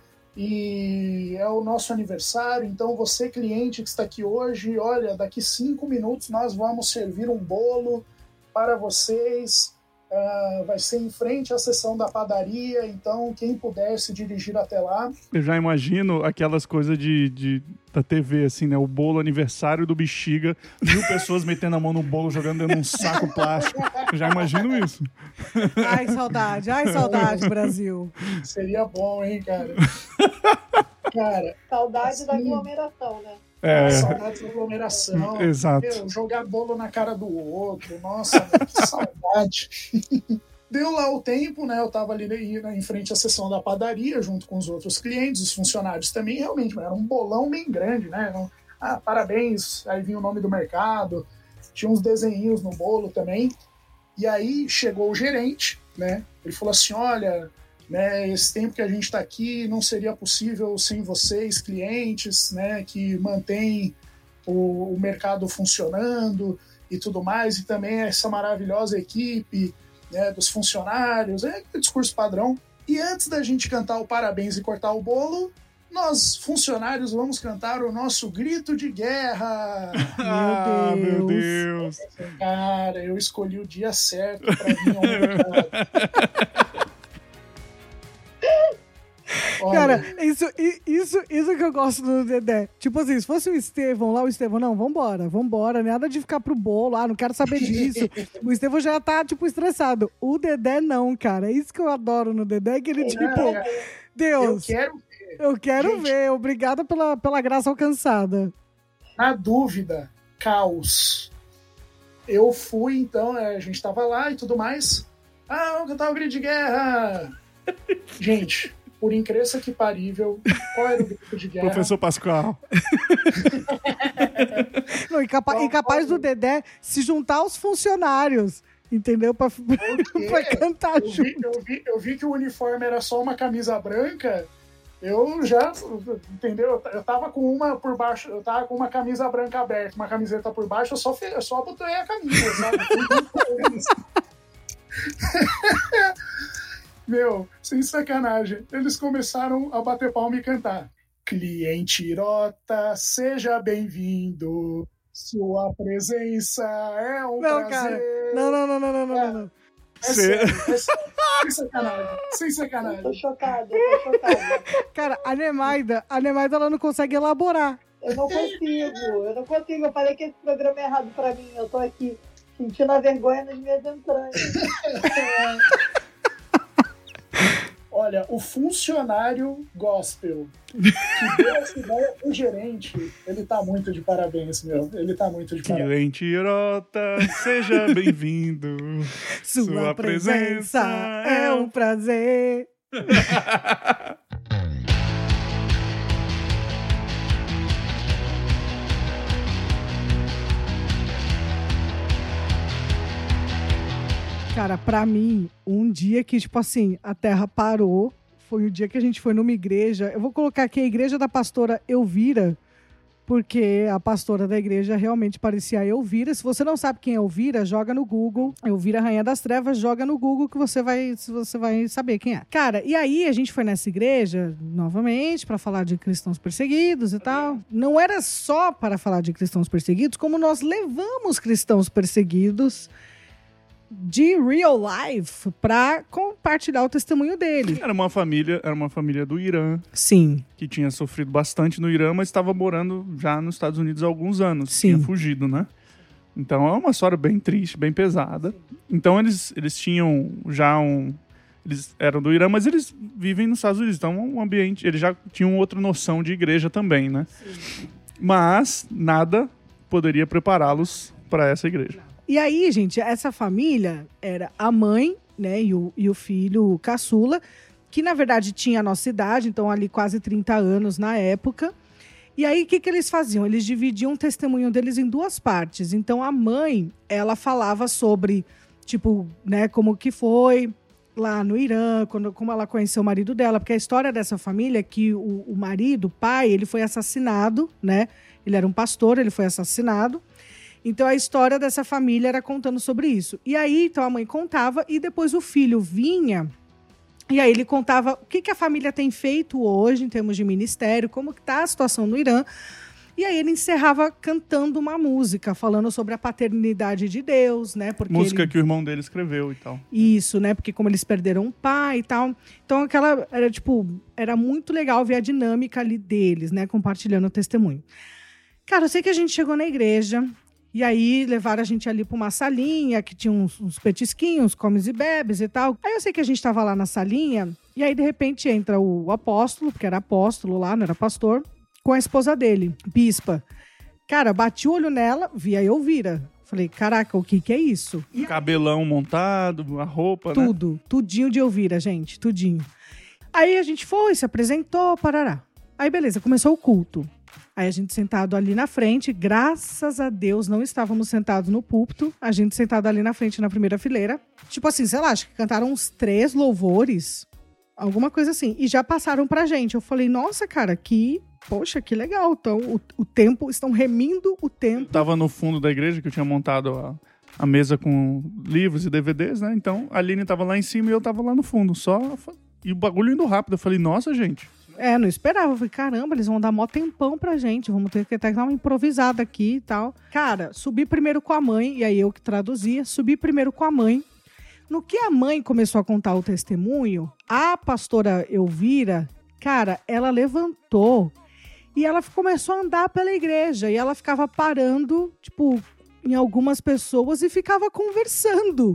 e é o nosso aniversário, então você, cliente que está aqui hoje, olha, daqui cinco minutos nós vamos servir um bolo para vocês, uh, vai ser em frente à seção da padaria, então quem puder se dirigir até lá. Eu já imagino aquelas coisas de, de, da T V, assim, né, o bolo aniversário do Bexiga, mil pessoas metendo a mão no bolo, jogando dentro de um saco plástico. Eu já imagino isso. Ai, saudade, ai, saudade, Brasil. Seria bom, hein, cara? Cara, saudade assim, da aglomeração, né? É. Saudade da aglomeração. Exato. Meu, jogar bolo na cara do outro. Nossa, que saudade. Deu lá o tempo, né? Eu tava ali em frente à seção da padaria, junto com os outros clientes, os funcionários também. Realmente, era um bolão bem grande, né? Ah, parabéns. Aí vinha o nome do mercado. Tinha uns desenhinhos no bolo também. E aí chegou o gerente, né? Ele falou assim: olha, né, esse tempo que a gente está aqui não seria possível sem vocês, clientes, né, que mantêm o, o mercado funcionando e tudo mais, e também essa maravilhosa equipe, né, dos funcionários, é o discurso padrão. E antes da gente cantar o parabéns e cortar o bolo, nós, funcionários, vamos cantar o nosso grito de guerra. Ah, meu Deus. Cara, eu escolhi o dia certo para vir ao mercado. Olha. Cara, isso, isso, isso que eu gosto do Dedé. Tipo assim, se fosse o Estevão lá, o Estevão, não, vambora, vambora, nada de ficar pro bolo, ah, não quero saber disso. O Estevão já tá, tipo, estressado. O Dedé não, cara. É isso que eu adoro no Dedé, que ele, tipo, é, Deus, eu quero ver. Eu quero Gente, ver. Obrigada pela, pela graça alcançada. Na dúvida, caos. Eu fui, então, a gente tava lá e tudo mais. Ah, vamos cantar o grito de guerra. Gente, por incrível que parível, qual era o grito de guerra? Professor Pascoal. Não, e, capa qual, e capaz qual... do Dedé se juntar aos funcionários, entendeu? Pra, pra cantar eu junto. Vi, eu, vi, eu vi que o uniforme era só uma camisa branca. Eu já, entendeu? Eu tava com uma por baixo, eu tava com uma camisa branca aberta, uma camiseta por baixo, eu só, eu só botei a camisa, sabe? Meu, sem sacanagem, eles começaram a bater palma e cantar: cliente Irota, seja bem-vindo, sua presença é um não, prazer. Cara. Não, não, não, não, não, não, não. É sério, é sério, sem sacanagem, sem sacanagem. Tô chocada, tô chocada. Cara, a Nemaida, a Nemaida, ela não consegue elaborar. Eu não consigo, eu não consigo. Eu falei que esse programa é errado pra mim. Eu tô aqui sentindo a vergonha nas minhas entranhas. Olha, o funcionário gospel que deu essa ideia pro gerente, ele tá muito de parabéns, meu. Ele tá muito de parabéns. Cliente Irota, seja bem-vindo. Sua, Sua presença, presença é um prazer. Cara, pra mim, um dia que, tipo assim, a terra parou, foi o dia que a gente foi numa igreja. Eu vou colocar aqui a igreja da pastora Elvira, porque a pastora da igreja realmente parecia a Elvira. Se você não sabe quem é Elvira, joga no Google. Elvira, Rainha das Trevas, joga no Google que você vai, você vai saber quem é. Cara, e aí a gente foi nessa igreja, novamente, para falar de cristãos perseguidos e tal. Não era só para falar de cristãos perseguidos, como nós levamos cristãos perseguidos de real life para compartilhar o testemunho dele. Era uma família, era uma família do Irã. Sim. Que tinha sofrido bastante no Irã, mas estava morando já nos Estados Unidos há alguns anos. Sim. Tinha fugido, né? Então é uma história bem triste, bem pesada. Então eles, eles tinham já um... Eles eram do Irã, mas eles vivem nos Estados Unidos. Então um ambiente... Eles já tinham outra noção de igreja também, né? Sim. Mas nada poderia prepará-los para essa igreja. E aí, gente, essa família era a mãe, né, e o, e o filho caçula, que na verdade tinha a nossa idade, então ali quase trinta anos na época. E aí, o que, que eles faziam? Eles dividiam o testemunho deles em duas partes. Então, a mãe, ela falava sobre, tipo, né, como que foi lá no Irã, quando, como ela conheceu o marido dela, porque a história dessa família é que o, o marido, o pai, ele foi assassinado, né? Ele era um pastor, ele foi assassinado. Então, a história dessa família era contando sobre isso. E aí, então, a mãe contava e depois o filho vinha e aí ele contava o que, que a família tem feito hoje em termos de ministério, como que está a situação no Irã. E aí ele encerrava cantando uma música, falando sobre a paternidade de Deus, né? Porque música ele... que o irmão dele escreveu e tal. Isso, né? Porque como eles perderam um pai e tal. Então, aquela era, tipo, era muito legal ver a dinâmica ali deles, né? Compartilhando o testemunho. Cara, eu sei que a gente chegou na igreja... E aí levaram a gente ali para uma salinha que tinha uns, uns petisquinhos, comes e bebes e tal. Aí eu sei que a gente estava lá na salinha e aí de repente entra o apóstolo, porque era apóstolo lá, não era pastor, com a esposa dele, bispa. Cara, bati o olho nela, vi a Elvira. Falei, caraca, o que que é isso? E cabelão montado, a roupa, tudo, né? Tudo, tudinho de Elvira, gente, tudinho. Aí a gente foi, se apresentou, parará. Aí beleza, começou o culto. Aí a gente sentado ali na frente, graças a Deus não estávamos sentados no púlpito, a gente sentado ali na frente na primeira fileira. Tipo assim, sei lá, acho que cantaram uns três louvores, alguma coisa assim, e já passaram pra gente. Eu falei, nossa, cara, que, poxa, que legal. Então, o, o tempo, estão remindo o tempo. Eu tava no fundo da igreja, que eu tinha montado a, a mesa com livros e D V Ds, né? Então, a Aline tava lá em cima e eu tava lá no fundo, só... E o bagulho indo rápido. Eu falei, nossa, gente... É, não esperava. Eu falei, caramba, eles vão dar mó tempão pra gente. Vamos ter que dar uma improvisada aqui e tal. Cara, subi primeiro com a mãe, e aí eu que traduzia, subi primeiro com a mãe. No que a mãe começou a contar o testemunho, a pastora Elvira, cara, ela levantou e ela começou a andar pela igreja. E ela ficava parando, tipo, em algumas pessoas e ficava conversando.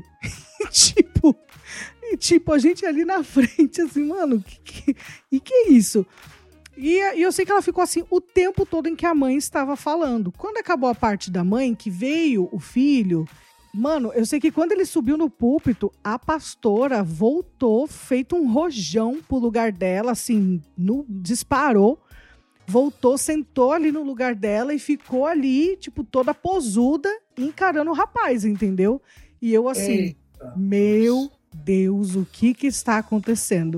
tipo... E, tipo, a gente ali na frente, assim, mano, que, que, e que é isso? E, e eu sei que ela ficou assim o tempo todo em que a mãe estava falando. Quando acabou a parte da mãe, que veio o filho, mano, eu sei que quando ele subiu no púlpito, a pastora voltou, feito um rojão pro lugar dela, assim, no, disparou, voltou, sentou ali no lugar dela e ficou ali, tipo, toda posuda, encarando o rapaz, entendeu? E eu assim, Eita. meu Deus, o que que está acontecendo?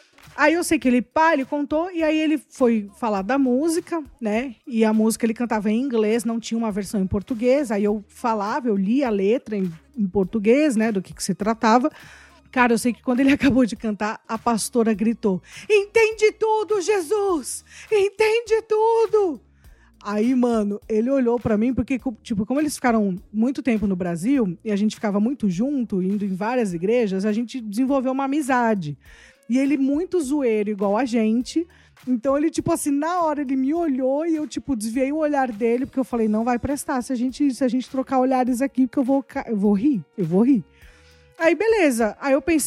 Aí eu sei que ele, pá, ele contou, e aí ele foi falar da música, né? E a música ele cantava em inglês, não tinha uma versão em português. Aí eu falava, eu li a letra em, em português, né? Do que que se tratava. Cara, eu sei que quando ele acabou de cantar, a pastora gritou, entende tudo, Jesus! Entende tudo! Aí, mano, ele olhou pra mim, porque, tipo, como eles ficaram muito tempo no Brasil, e a gente ficava muito junto, indo em várias igrejas, a gente desenvolveu uma amizade. E ele muito zoeiro, igual a gente. Então, ele, tipo assim, na hora ele me olhou e eu, tipo, desviei o olhar dele, porque eu falei, não vai prestar se a gente, se a gente trocar olhares aqui, porque eu vou, eu vou rir, eu vou rir. Aí, beleza. Aí eu pensei,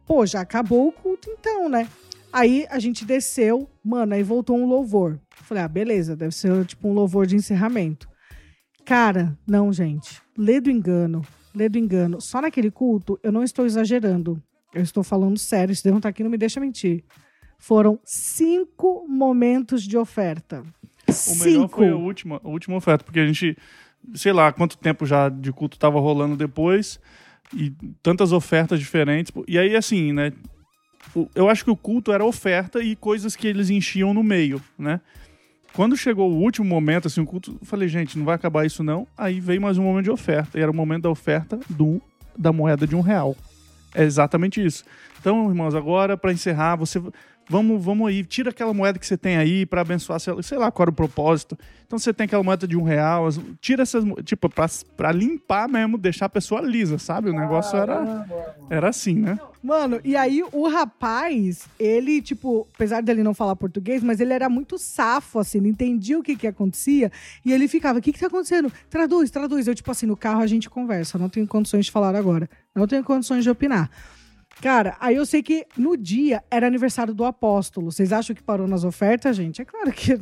pô, já acabou o culto então, né? Aí a gente desceu, mano, aí voltou um louvor. Falei, ah, beleza, deve ser tipo um louvor de encerramento. Cara, não, gente. Lê do engano, lê do engano. Só naquele culto, eu não estou exagerando. Eu estou falando sério, se Deus não tá aqui, não me deixa mentir. Foram cinco momentos de oferta. O cinco. melhor foi a última, a última oferta, porque a gente, sei lá, quanto tempo já de culto tava rolando depois, e tantas ofertas diferentes. E aí, assim, né, eu acho que o culto era oferta e coisas que eles enchiam no meio, né? Quando chegou o último momento, assim, o culto, eu falei, gente, não vai acabar isso não. Aí veio mais um momento de oferta, e era o momento da oferta do, da moeda de um real. É exatamente isso. Então, irmãos, agora, para encerrar, você... Vamos, vamos aí, tira aquela moeda que você tem aí para abençoar, sei lá qual era o propósito. Então você tem aquela moeda de um real, tira essas, tipo, pra, pra limpar mesmo, deixar a pessoa lisa, sabe? O negócio era, era assim, né? Mano, e aí o rapaz, ele, tipo, apesar dele não falar português, mas ele era muito safo, assim, não entendia o que que acontecia, e ele ficava, o que que tá acontecendo? Traduz, traduz. Eu, tipo assim, no carro a gente conversa, não tenho condições de falar agora, não tenho condições de opinar. Cara, aí eu sei que no dia era aniversário do apóstolo. Vocês acham que parou nas ofertas, gente? É claro que...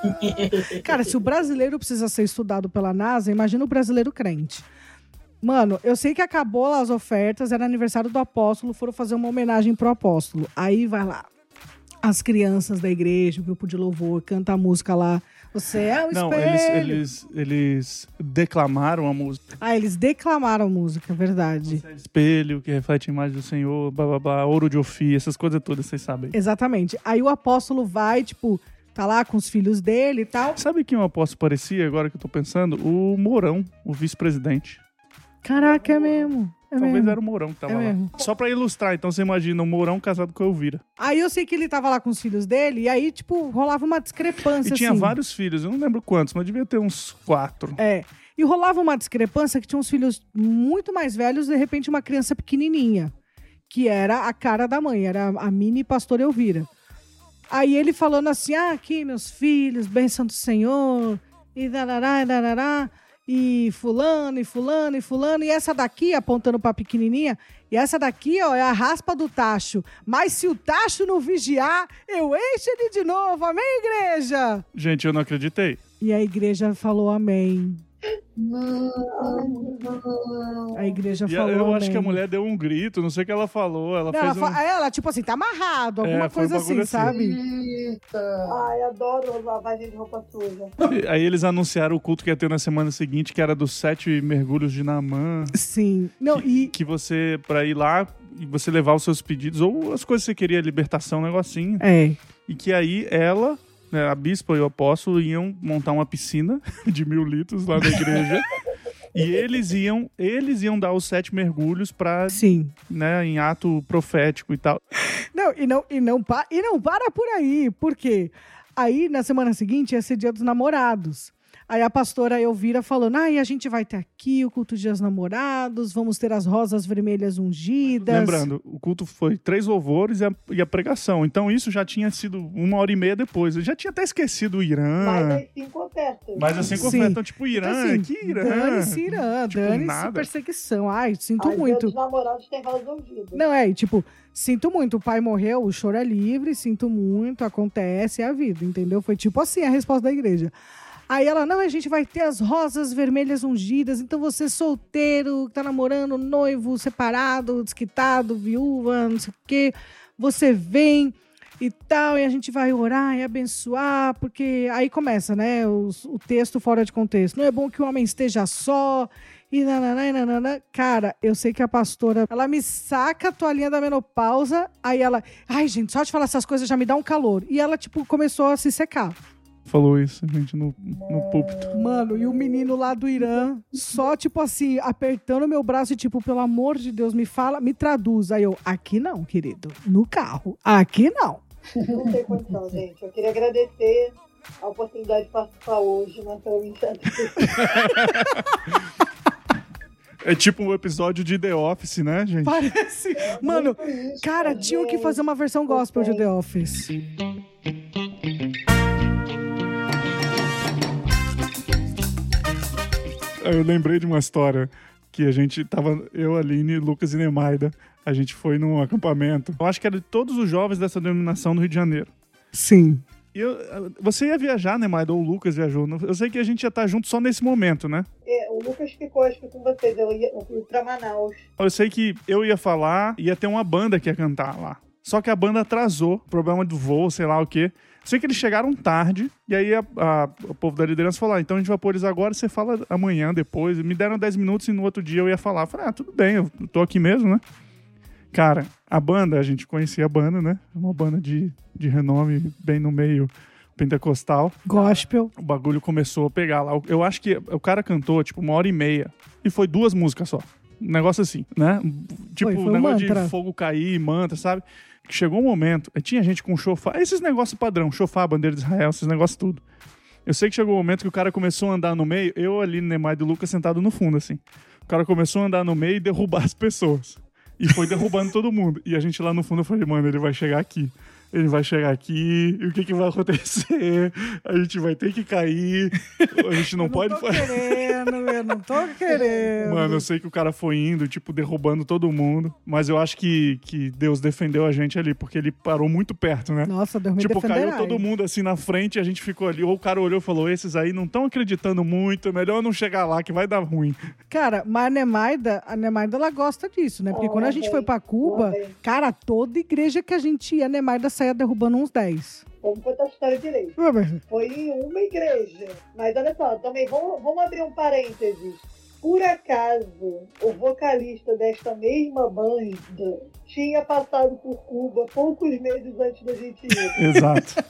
Cara, se o brasileiro precisa ser estudado pela NASA, imagina o brasileiro crente. Mano, eu sei que acabou as ofertas, era aniversário do apóstolo, foram fazer uma homenagem pro apóstolo. Aí vai lá, as crianças da igreja, o grupo de louvor, canta a música lá. Você é um espelho. Não, eles, eles, eles declamaram a música. Ah, eles declamaram a música, verdade. Você é espelho, que reflete a imagem do Senhor, blá, blá, blá, ouro de Ofir, essas coisas todas, vocês sabem. Exatamente. Aí o apóstolo vai, tipo, tá lá com os filhos dele e tal. Sabe quem o apóstolo parecia, agora que eu tô pensando? O Mourão, o vice-presidente. Caraca, é mesmo. É Talvez mesmo. era o Mourão que tava É lá. mesmo. Só pra ilustrar, então você imagina o Mourão casado com a Elvira. Aí eu sei que ele tava lá com os filhos dele, e aí, tipo, rolava uma discrepância, E tinha assim. vários filhos, eu não lembro quantos, mas devia ter uns quatro. É. E rolava uma discrepância que tinha uns filhos muito mais velhos, de repente uma criança pequenininha, que era a cara da mãe, era a mini pastora Elvira. Aí ele falando assim, ah, aqui meus filhos, bênção do Senhor, e darará, e darará, e fulano, e fulano, e fulano, e essa daqui, apontando pra pequenininha, e essa daqui, ó, é a raspa do tacho. Mas se o tacho não vigiar, eu encho ele de novo. Amém, igreja? Gente, eu não acreditei. E a igreja falou amém. Não, não. A igreja E falou eu amém. acho que a mulher deu um grito, não sei o que ela falou. Ela Não, fez ela, um... fa- ela, tipo assim, tá amarrado, alguma É, foi um coisa assim, bagulho assim. sabe? Eita. Ai, adoro lavagem de roupa suja. Aí eles anunciaram o culto que ia ter na semana seguinte, que era dos sete mergulhos de Naamã. Sim. Não, que, e... que você, pra ir lá e você levar os seus pedidos, ou as coisas que você queria, libertação, um negocinho. É. E que aí ela, né, a bispa e o apóstolo iam montar uma piscina de mil litros lá na igreja. E eles iam, eles iam dar os sete mergulhos pra, Sim. né, em ato profético e tal. Não, e não, e, não pa- e não para por aí, por quê? Aí, na semana seguinte, ia ser dia dos namorados. Aí a pastora Elvira falando, ah, e a gente vai ter aqui o culto de dias namorados, vamos ter as rosas vermelhas ungidas. Lembrando, o culto foi três louvores e a, e a pregação. Então isso já tinha sido uma hora e meia depois. Eu já tinha até esquecido o Irã. Mais as cinco ofertas. Mas assim, Sim. oferta, então, tipo, Irã, Então, assim, que Irã? Dane-se Irã, Tipo, dane-se nada. perseguição. Ai, sinto Ai, muito. Dia dos namorados tem rosas ungidas. Não, é, e, tipo, sinto muito, o pai morreu, o choro é livre, sinto muito, acontece, é a vida, entendeu? Foi tipo assim a resposta da igreja. Aí ela, não, a gente vai ter as rosas vermelhas ungidas, então você solteiro, tá namorando, noivo, separado, desquitado, viúva, não sei o quê, você vem e tal, e a gente vai orar e abençoar, porque aí começa, né, os, o texto fora de contexto. Não é bom que o homem esteja só, e nananã, e nananã. Cara, eu sei que a pastora, ela me saca a toalhinha da menopausa, aí ela, ai gente, só de falar essas coisas já me dá um calor. E ela, tipo, começou a se secar. Falou isso, gente, no, no púlpito. Mano, e o menino lá do Irã, só, tipo assim, apertando meu braço e tipo, pelo amor de Deus, me fala, me traduz. Aí eu, aqui não, querido, no carro, aqui não. Não tem condição, gente. Eu queria agradecer a oportunidade de participar hoje na transmissão. É tipo um episódio de The Office, né, gente? Parece. Mano, cara, tinham que fazer uma versão gospel de The Office. Eu lembrei de uma história que a gente tava, eu, Aline, Lucas e Nemaida, A gente foi num acampamento. Eu acho que era de todos os jovens dessa denominação no Rio de Janeiro. Sim. E eu, você ia viajar, né, Maida? Ou o Lucas viajou. Eu sei que a gente ia estar junto só nesse momento, né? É, o Lucas ficou, acho que com vocês. Eu ia eu fui pra Manaus. Eu sei que eu ia falar, ia ter uma banda que ia cantar lá. Só que a banda atrasou, problema do voo, sei lá o quê. Sei que eles chegaram tarde, e aí a, a, o povo da liderança falou, ah, então a gente vai pôr eles agora, você fala amanhã, depois. Me deram dez minutos e no outro dia eu ia falar. Eu falei, ah, tudo bem, eu tô aqui mesmo, né? Cara, a banda, a gente conhecia a banda, né? Uma banda de, de renome, bem no meio pentecostal. Gospel. O bagulho começou a pegar lá. Eu acho que o cara cantou, tipo, uma hora e meia. E foi duas músicas só. Um negócio assim, né? Tipo, foi, foi um negócio mantra. de fogo cair, mantra, sabe? Que chegou um momento, tinha gente com chofar, esses negócios padrão, chofar, bandeira de Israel, esses negócios tudo. Eu sei que chegou um momento que o cara começou a andar no meio, eu ali, Neymar e Lucas sentado no fundo, assim. O cara começou a andar no meio e derrubar as pessoas. E foi derrubando todo mundo. E a gente lá no fundo, eu falei, mano, ele vai chegar aqui. Ele vai chegar aqui, e o que que vai acontecer? A gente vai ter que cair, a gente não, eu não pode... tô querendo, eu não tô querendo. Mano, eu sei que o cara foi indo, tipo, derrubando todo mundo, mas eu acho que, que Deus defendeu a gente ali, porque ele parou muito perto, né? Nossa, Deus me Tipo, defenderá. caiu todo mundo assim na frente e a gente ficou ali, ou o cara olhou e falou, esses aí não estão acreditando muito, é melhor não chegar lá que vai dar ruim. Cara, mas a Nemaida, a Nemaida, ela gosta disso, né? Porque Oh, quando a gente bem, foi pra Cuba, oh, bem. cara, toda igreja que a gente ia, a Nemaida saía derrubando uns dez. Vamos contar a história direito. Foi em uma igreja. Mas olha só, também vamos, vamos abrir um parênteses. Por acaso, o vocalista desta mesma banda tinha passado por Cuba poucos meses antes da gente ir. Exato.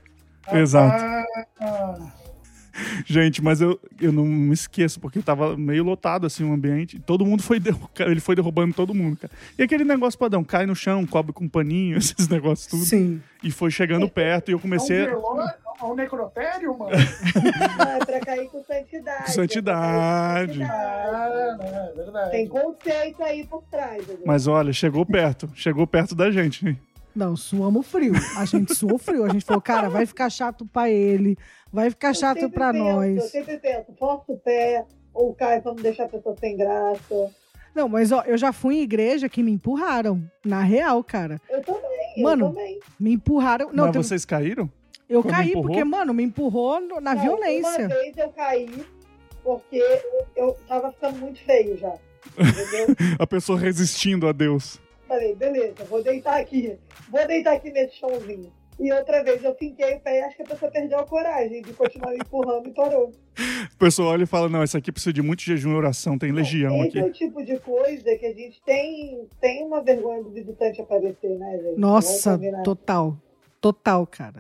Exato. Ah, Gente, mas eu, eu não me esqueço, porque tava meio lotado, assim, o ambiente. Todo mundo foi... Derru- ele foi derrubando todo mundo, cara. E aquele negócio padrão, cai no chão, cobre com um paninho, esses negócios tudo. Sim. E foi chegando perto e eu é um comecei... a... velório, é um necrotério, mano? Não, é pra cair com santidade. Santidade. É pra cair com santidade. Ah, não, é verdade. Tem conceito aí por trás. Entendeu? Mas olha, chegou perto. Chegou perto da gente. Não, suamos frio. A gente suou frio. A gente falou, cara, vai ficar chato pra ele, vai ficar Eu chato sempre pra penso, nós. Eu sempre penso, força o pé, ou cai pra não deixar a pessoa sem graça. Não, mas ó, eu já fui em igreja que me empurraram. Na real, cara. Eu também, Mano, eu também. Me empurraram. Não, Mas tem- vocês caíram? eu quando caí, empurrou? porque, mano, me empurrou no- na Não, violência. Uma vez eu caí porque eu tava ficando muito feio já. Entendeu? A pessoa resistindo a Deus. Falei, beleza, vou deitar aqui. Vou deitar aqui nesse chãozinho. E outra vez eu finquei o pé e acho que a pessoa perdeu a coragem de continuar me empurrando e parou. A pessoa olha e fala, não, isso aqui precisa de muito jejum e oração, tem legião Esse aqui. é o tipo de coisa que a gente tem, tem uma vergonha do visitante aparecer, né, gente? Nossa, Vamos combinar. total. Total, cara.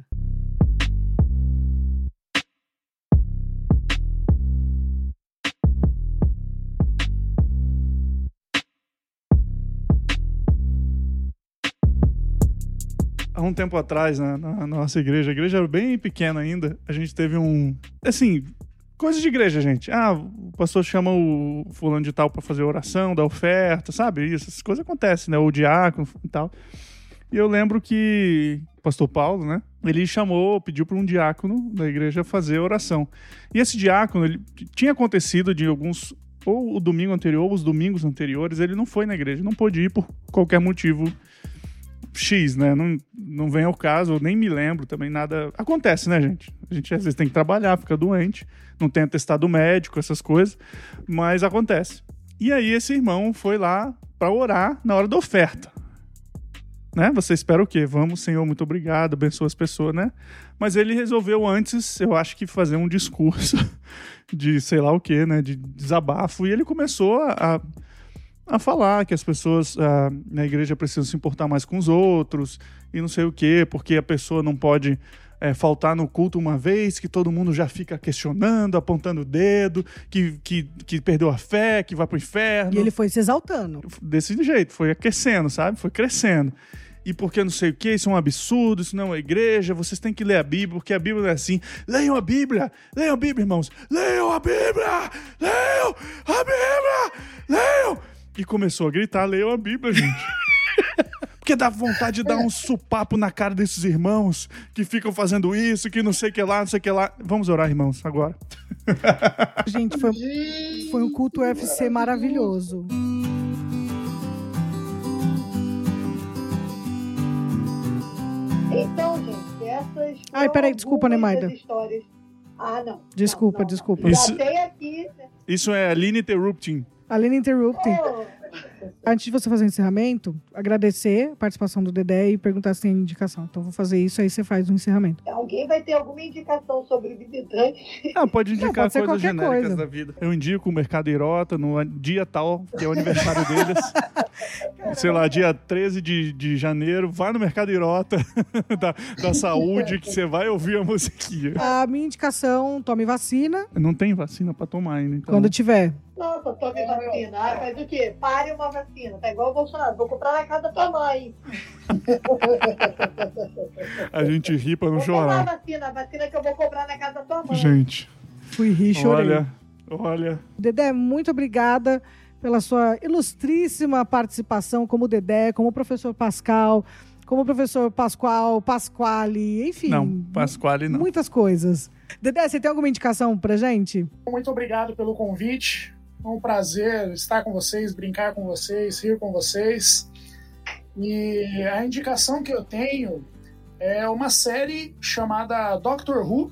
Há um tempo atrás, na, na nossa igreja, a igreja era bem pequena ainda, a gente teve um... Assim, coisa de igreja, gente. Ah, o pastor chama o fulano de tal pra fazer oração, dar oferta, sabe? Isso, essas coisas acontecem, né? O diácono e tal. E eu lembro que o pastor Paulo, né? Ele chamou, pediu para um diácono da igreja fazer oração. E esse diácono, ele tinha acontecido de alguns... Ou o domingo anterior, ou os domingos anteriores, ele não foi na igreja, não pôde ir por qualquer motivo X, né? Não, não vem ao caso, eu nem me lembro também, nada... Acontece, né, gente? A gente às vezes tem que trabalhar, fica doente, não tem atestado médico, essas coisas, mas acontece. E aí esse irmão foi lá para orar na hora da oferta. Né? Você espera o quê? Vamos, Senhor, muito obrigado, abençoa as pessoas, né? Mas ele resolveu antes, eu acho que fazer um discurso de sei lá o quê, né? De desabafo, e ele começou a... a falar que as pessoas ah, na igreja precisam se importar mais com os outros e não sei o quê, porque a pessoa não pode é, faltar no culto uma vez, que todo mundo já fica questionando, apontando o dedo, que, que, que perdeu a fé, que vai pro inferno. E ele foi se exaltando. Desse jeito, foi aquecendo, sabe? Foi crescendo. E porque não sei o que, isso é um absurdo, isso não é uma igreja, vocês têm que ler a Bíblia, porque a Bíblia não é assim. Leiam a Bíblia, leiam a Bíblia, irmãos. Leiam a Bíblia, leiam a Bíblia, leiam. E começou a gritar, leiam a Bíblia, gente. Porque dá vontade de dar um supapo na cara desses irmãos que ficam fazendo isso, que não sei o que lá, não sei o que lá. Vamos orar, irmãos, agora. Gente, foi, foi um culto U F C maravilhoso. Então, gente, essas... Ai, peraí, desculpa, algumas Nemaida. das histórias... Ah, não. Desculpa, não, não, desculpa. Não. Isso- Já tem aqui... Isso é Aline Interrupting. Aline Interrupting. Oh, Antes de você fazer o encerramento, agradecer a participação do Dedé e perguntar se tem indicação. Então, vou fazer isso, aí você faz o encerramento. alguém vai ter alguma indicação sobre visitante? Ah, pode indicar Não, pode ser coisas qualquer genéricas coisa. da vida. Eu indico o Mercado Irota no dia tal, que é o aniversário deles. Sei lá, dia treze de, de janeiro. Vai no Mercado Irota da, da saúde, que você vai ouvir a musiquinha. A minha indicação, tome vacina Não tem vacina pra tomar ainda, então. quando tiver. Nossa, tome vacina. Ah, faz o quê? Pare uma vacina. Tá igual o Bolsonaro. Vou comprar na casa da tua mãe. A gente ri pra não Vou comprar a chorar. vacina. A vacina que eu vou comprar na casa da tua mãe. Gente, Fui rir e chorei. olha, olha. Dedé, muito obrigada pela sua ilustríssima participação como Dedé, como professor Pascal, como professor Pascoal, Pasquale, enfim. Não, Pasquale não. Muitas coisas. Dedé, você tem alguma indicação pra gente? Muito obrigado pelo convite. É um prazer estar com vocês, brincar com vocês, rir com vocês. E a indicação que eu tenho é uma série chamada Doctor Who,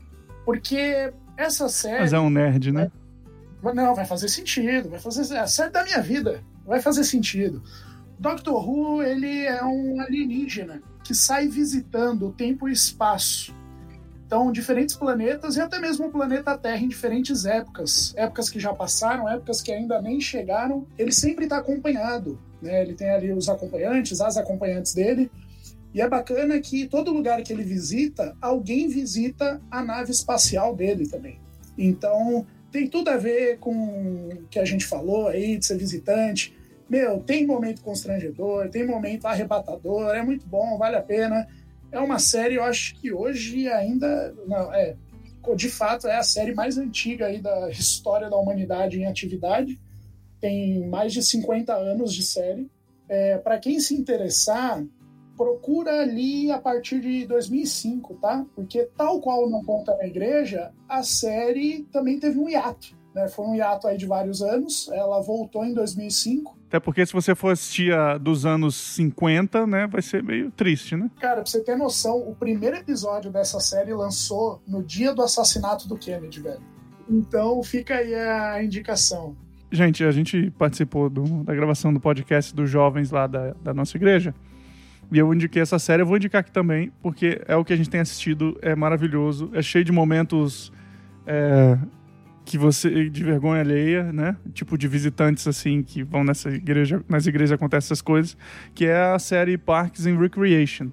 porque essa série... Mas é um nerd, né? Não, vai fazer sentido. Vai fazer... É a série da minha vida. Vai fazer sentido. Doctor Who, ele é um alienígena que sai visitando o tempo e espaço. Então, diferentes planetas e até mesmo o planeta Terra em diferentes épocas. Épocas que já passaram, épocas que ainda nem chegaram. Ele sempre está acompanhado, né? Ele tem ali os acompanhantes, as acompanhantes dele. E é bacana que todo lugar que ele visita, alguém visita a nave espacial dele também. Então, tem tudo a ver com o que a gente falou aí, de ser visitante. Meu, tem momento constrangedor, tem momento arrebatador, é muito bom, vale a pena. É uma série, eu acho que hoje ainda... Não, é, de fato, é a série mais antiga aí da história da humanidade em atividade. Tem mais de cinquenta anos de série. É, para quem se interessar, procura ali a partir de dois mil e cinco, tá? Porque, tal qual Não Conta na Igreja, a série também teve um hiato, né? Foi um hiato aí de vários anos. Ela voltou em dois mil e cinco. Até porque se você for assistir a dos anos cinquenta, né, vai ser meio triste, né? Cara, pra você ter noção, o primeiro episódio dessa série lançou no dia do assassinato do Kennedy, velho. Então fica aí a indicação. Gente, a gente participou do, da gravação do podcast dos jovens lá da, da nossa igreja. E eu indiquei essa série, eu vou indicar aqui também, porque é o que a gente tem assistido, é maravilhoso, é cheio de momentos é, que você, de vergonha alheia, né? Tipo de visitantes, assim, que vão nessa igreja, nas igrejas acontecem essas coisas, que é a série Parks and Recreation,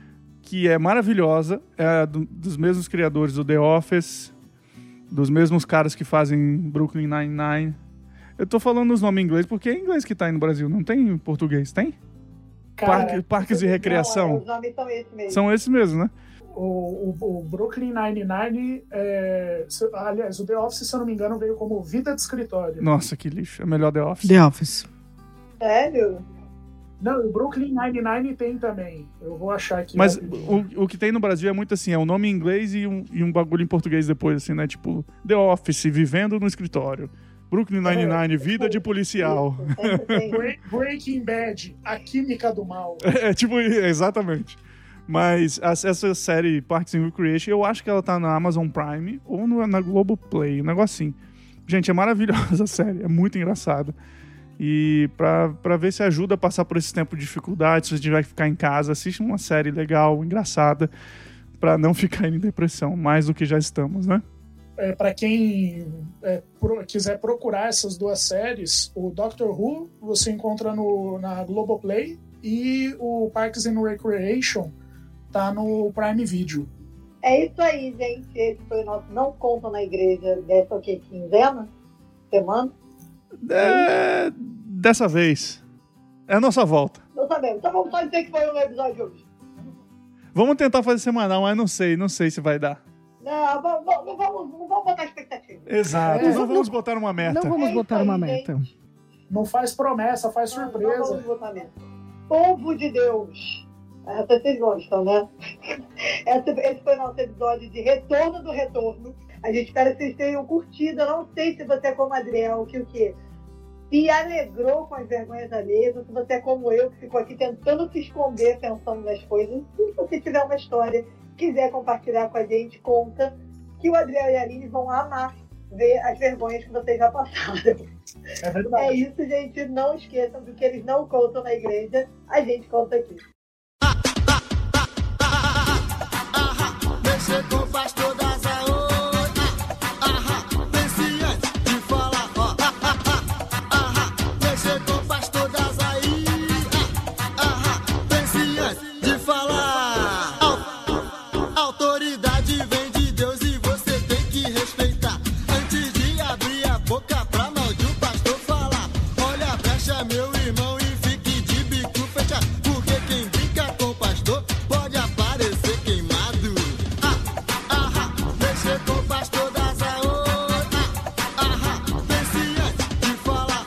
que é maravilhosa, é do, dos mesmos criadores do The Office, dos mesmos caras que fazem Brooklyn Nine-Nine. Eu tô falando os nomes em inglês, porque é inglês que tá aí no Brasil, não tem em português, tem? Cara, Parque, parques de recreação. Não, os nomes são esses mesmo. São esses mesmo, né? O, o, o Brooklyn Nine-Nine, é, se- aliás, o The Office, se eu não me engano, veio como Vida de Escritório. Nossa, que lixo. É melhor The Office. The Office. Sério? Não, o Brooklyn Nine-Nine tem também. Eu vou achar aqui. Mas rapidinho. o, o que tem no Brasil é muito assim, é um nome em inglês e um, e um bagulho em português depois, assim, né? Tipo, The Office, vivendo no escritório. Brooklyn Nine-Nine, vida de policial. Isso, sempre tem. Bre- Breaking Bad, a química do mal. É, tipo, exatamente. Mas as- essa série Parks and Recreation, eu acho que ela tá na Amazon Prime ou no, na Globoplay, um negócio assim. Gente, é maravilhosa a série, é muito engraçada. E pra, pra ver se ajuda a passar por esse tempo de dificuldade, se a gente vai ficar em casa, assiste uma série legal, engraçada, pra não ficar em depressão, mais do que já estamos, né? É, para quem é, pro- quiser procurar essas duas séries, o Doctor Who você encontra no, na Globoplay e o Parks and Recreation tá no Prime Video. É isso aí, gente. Esse foi o nosso Não Conta na Igreja dessa o quê? Quinzena? Semana? É, dessa vez, é a nossa volta. Não sabemos. Então vamos só dizer que foi um episódio de hoje. Vamos tentar fazer semanal, mas não sei, não sei se vai dar. Não, vamos, vamos, vamos, não vamos botar expectativa. Exato, É, não vamos botar uma meta. Não vamos É botar isso uma aí, meta. Não faz promessa, faz Não, não surpresa. vamos botar meta. Povo de Deus. Essa vocês gostam, né? Esse, esse foi o nosso episódio de Retorno do Retorno. A gente espera que vocês tenham curtido. Eu não sei se você é como Adriel, que o quê? se alegrou com as vergonhas alheias, ou se você é como eu, que ficou aqui tentando se esconder, pensando nas coisas. Se você tiver uma história, quiser compartilhar com a gente, conta, que o Adriel e a Aline vão amar ver as vergonhas que vocês já passaram. É verdade. É isso, gente. Não esqueçam do que eles não contam na igreja, a gente conta aqui. Mexer com o pastor da saúde. Pense antes de falar. Mexer com o pastor da saúde. Pense antes de falar. Autoridade vem de Deus e você tem que respeitar. Antes de abrir a boca pra mal de um pastor falar. Olha a brecha, meu irmão, e fique de bico fechado. Porque quem brinca com o pastor pode aparecer queimado. Mexer com o pastor da saúde. Pense antes de falar.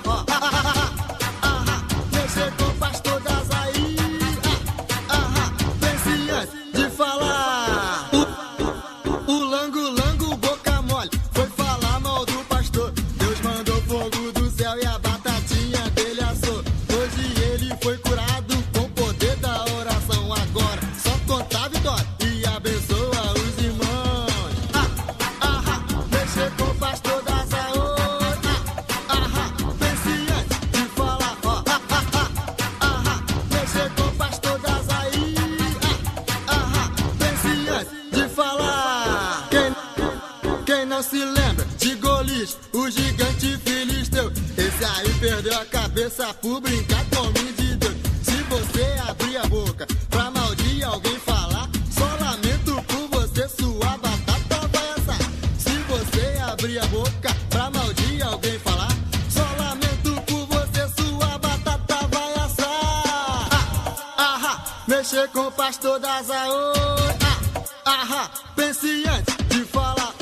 Mexer com o pastor da saúde. Pense antes de falar. O, o lango-lango, boca mole, foi falar mal do pastor. Deus mandou fogo do céu e a batatinha dele assou. Hoje ele foi curado com o poder da oração. Agora só conta a vitória e abençoa os irmãos. Mexer com o pastor da saúde. Pense antes de falar. Mexer com o pastor da saúde. Pense antes de falar. Quem, quem não se lembra de Golias, o gigante filisteu? Esse aí perdeu a cabeça por brincar com o homem de Deus. Se você abrir a boca pra mal de alguém falar, só lamento por você, sua batata vai assar. Se você abrir a boca pra mal de alguém falar, só lamento por você, sua batata vai assar. Mexer com o pastor da saúde. Pense antes de falar.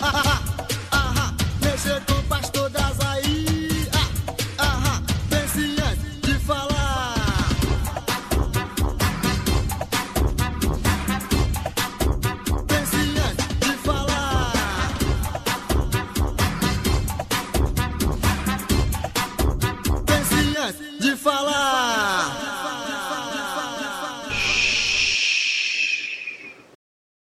Mexer com o pastor da saúde. Pense antes de falar. Pense antes de falar. Pense antes de falar.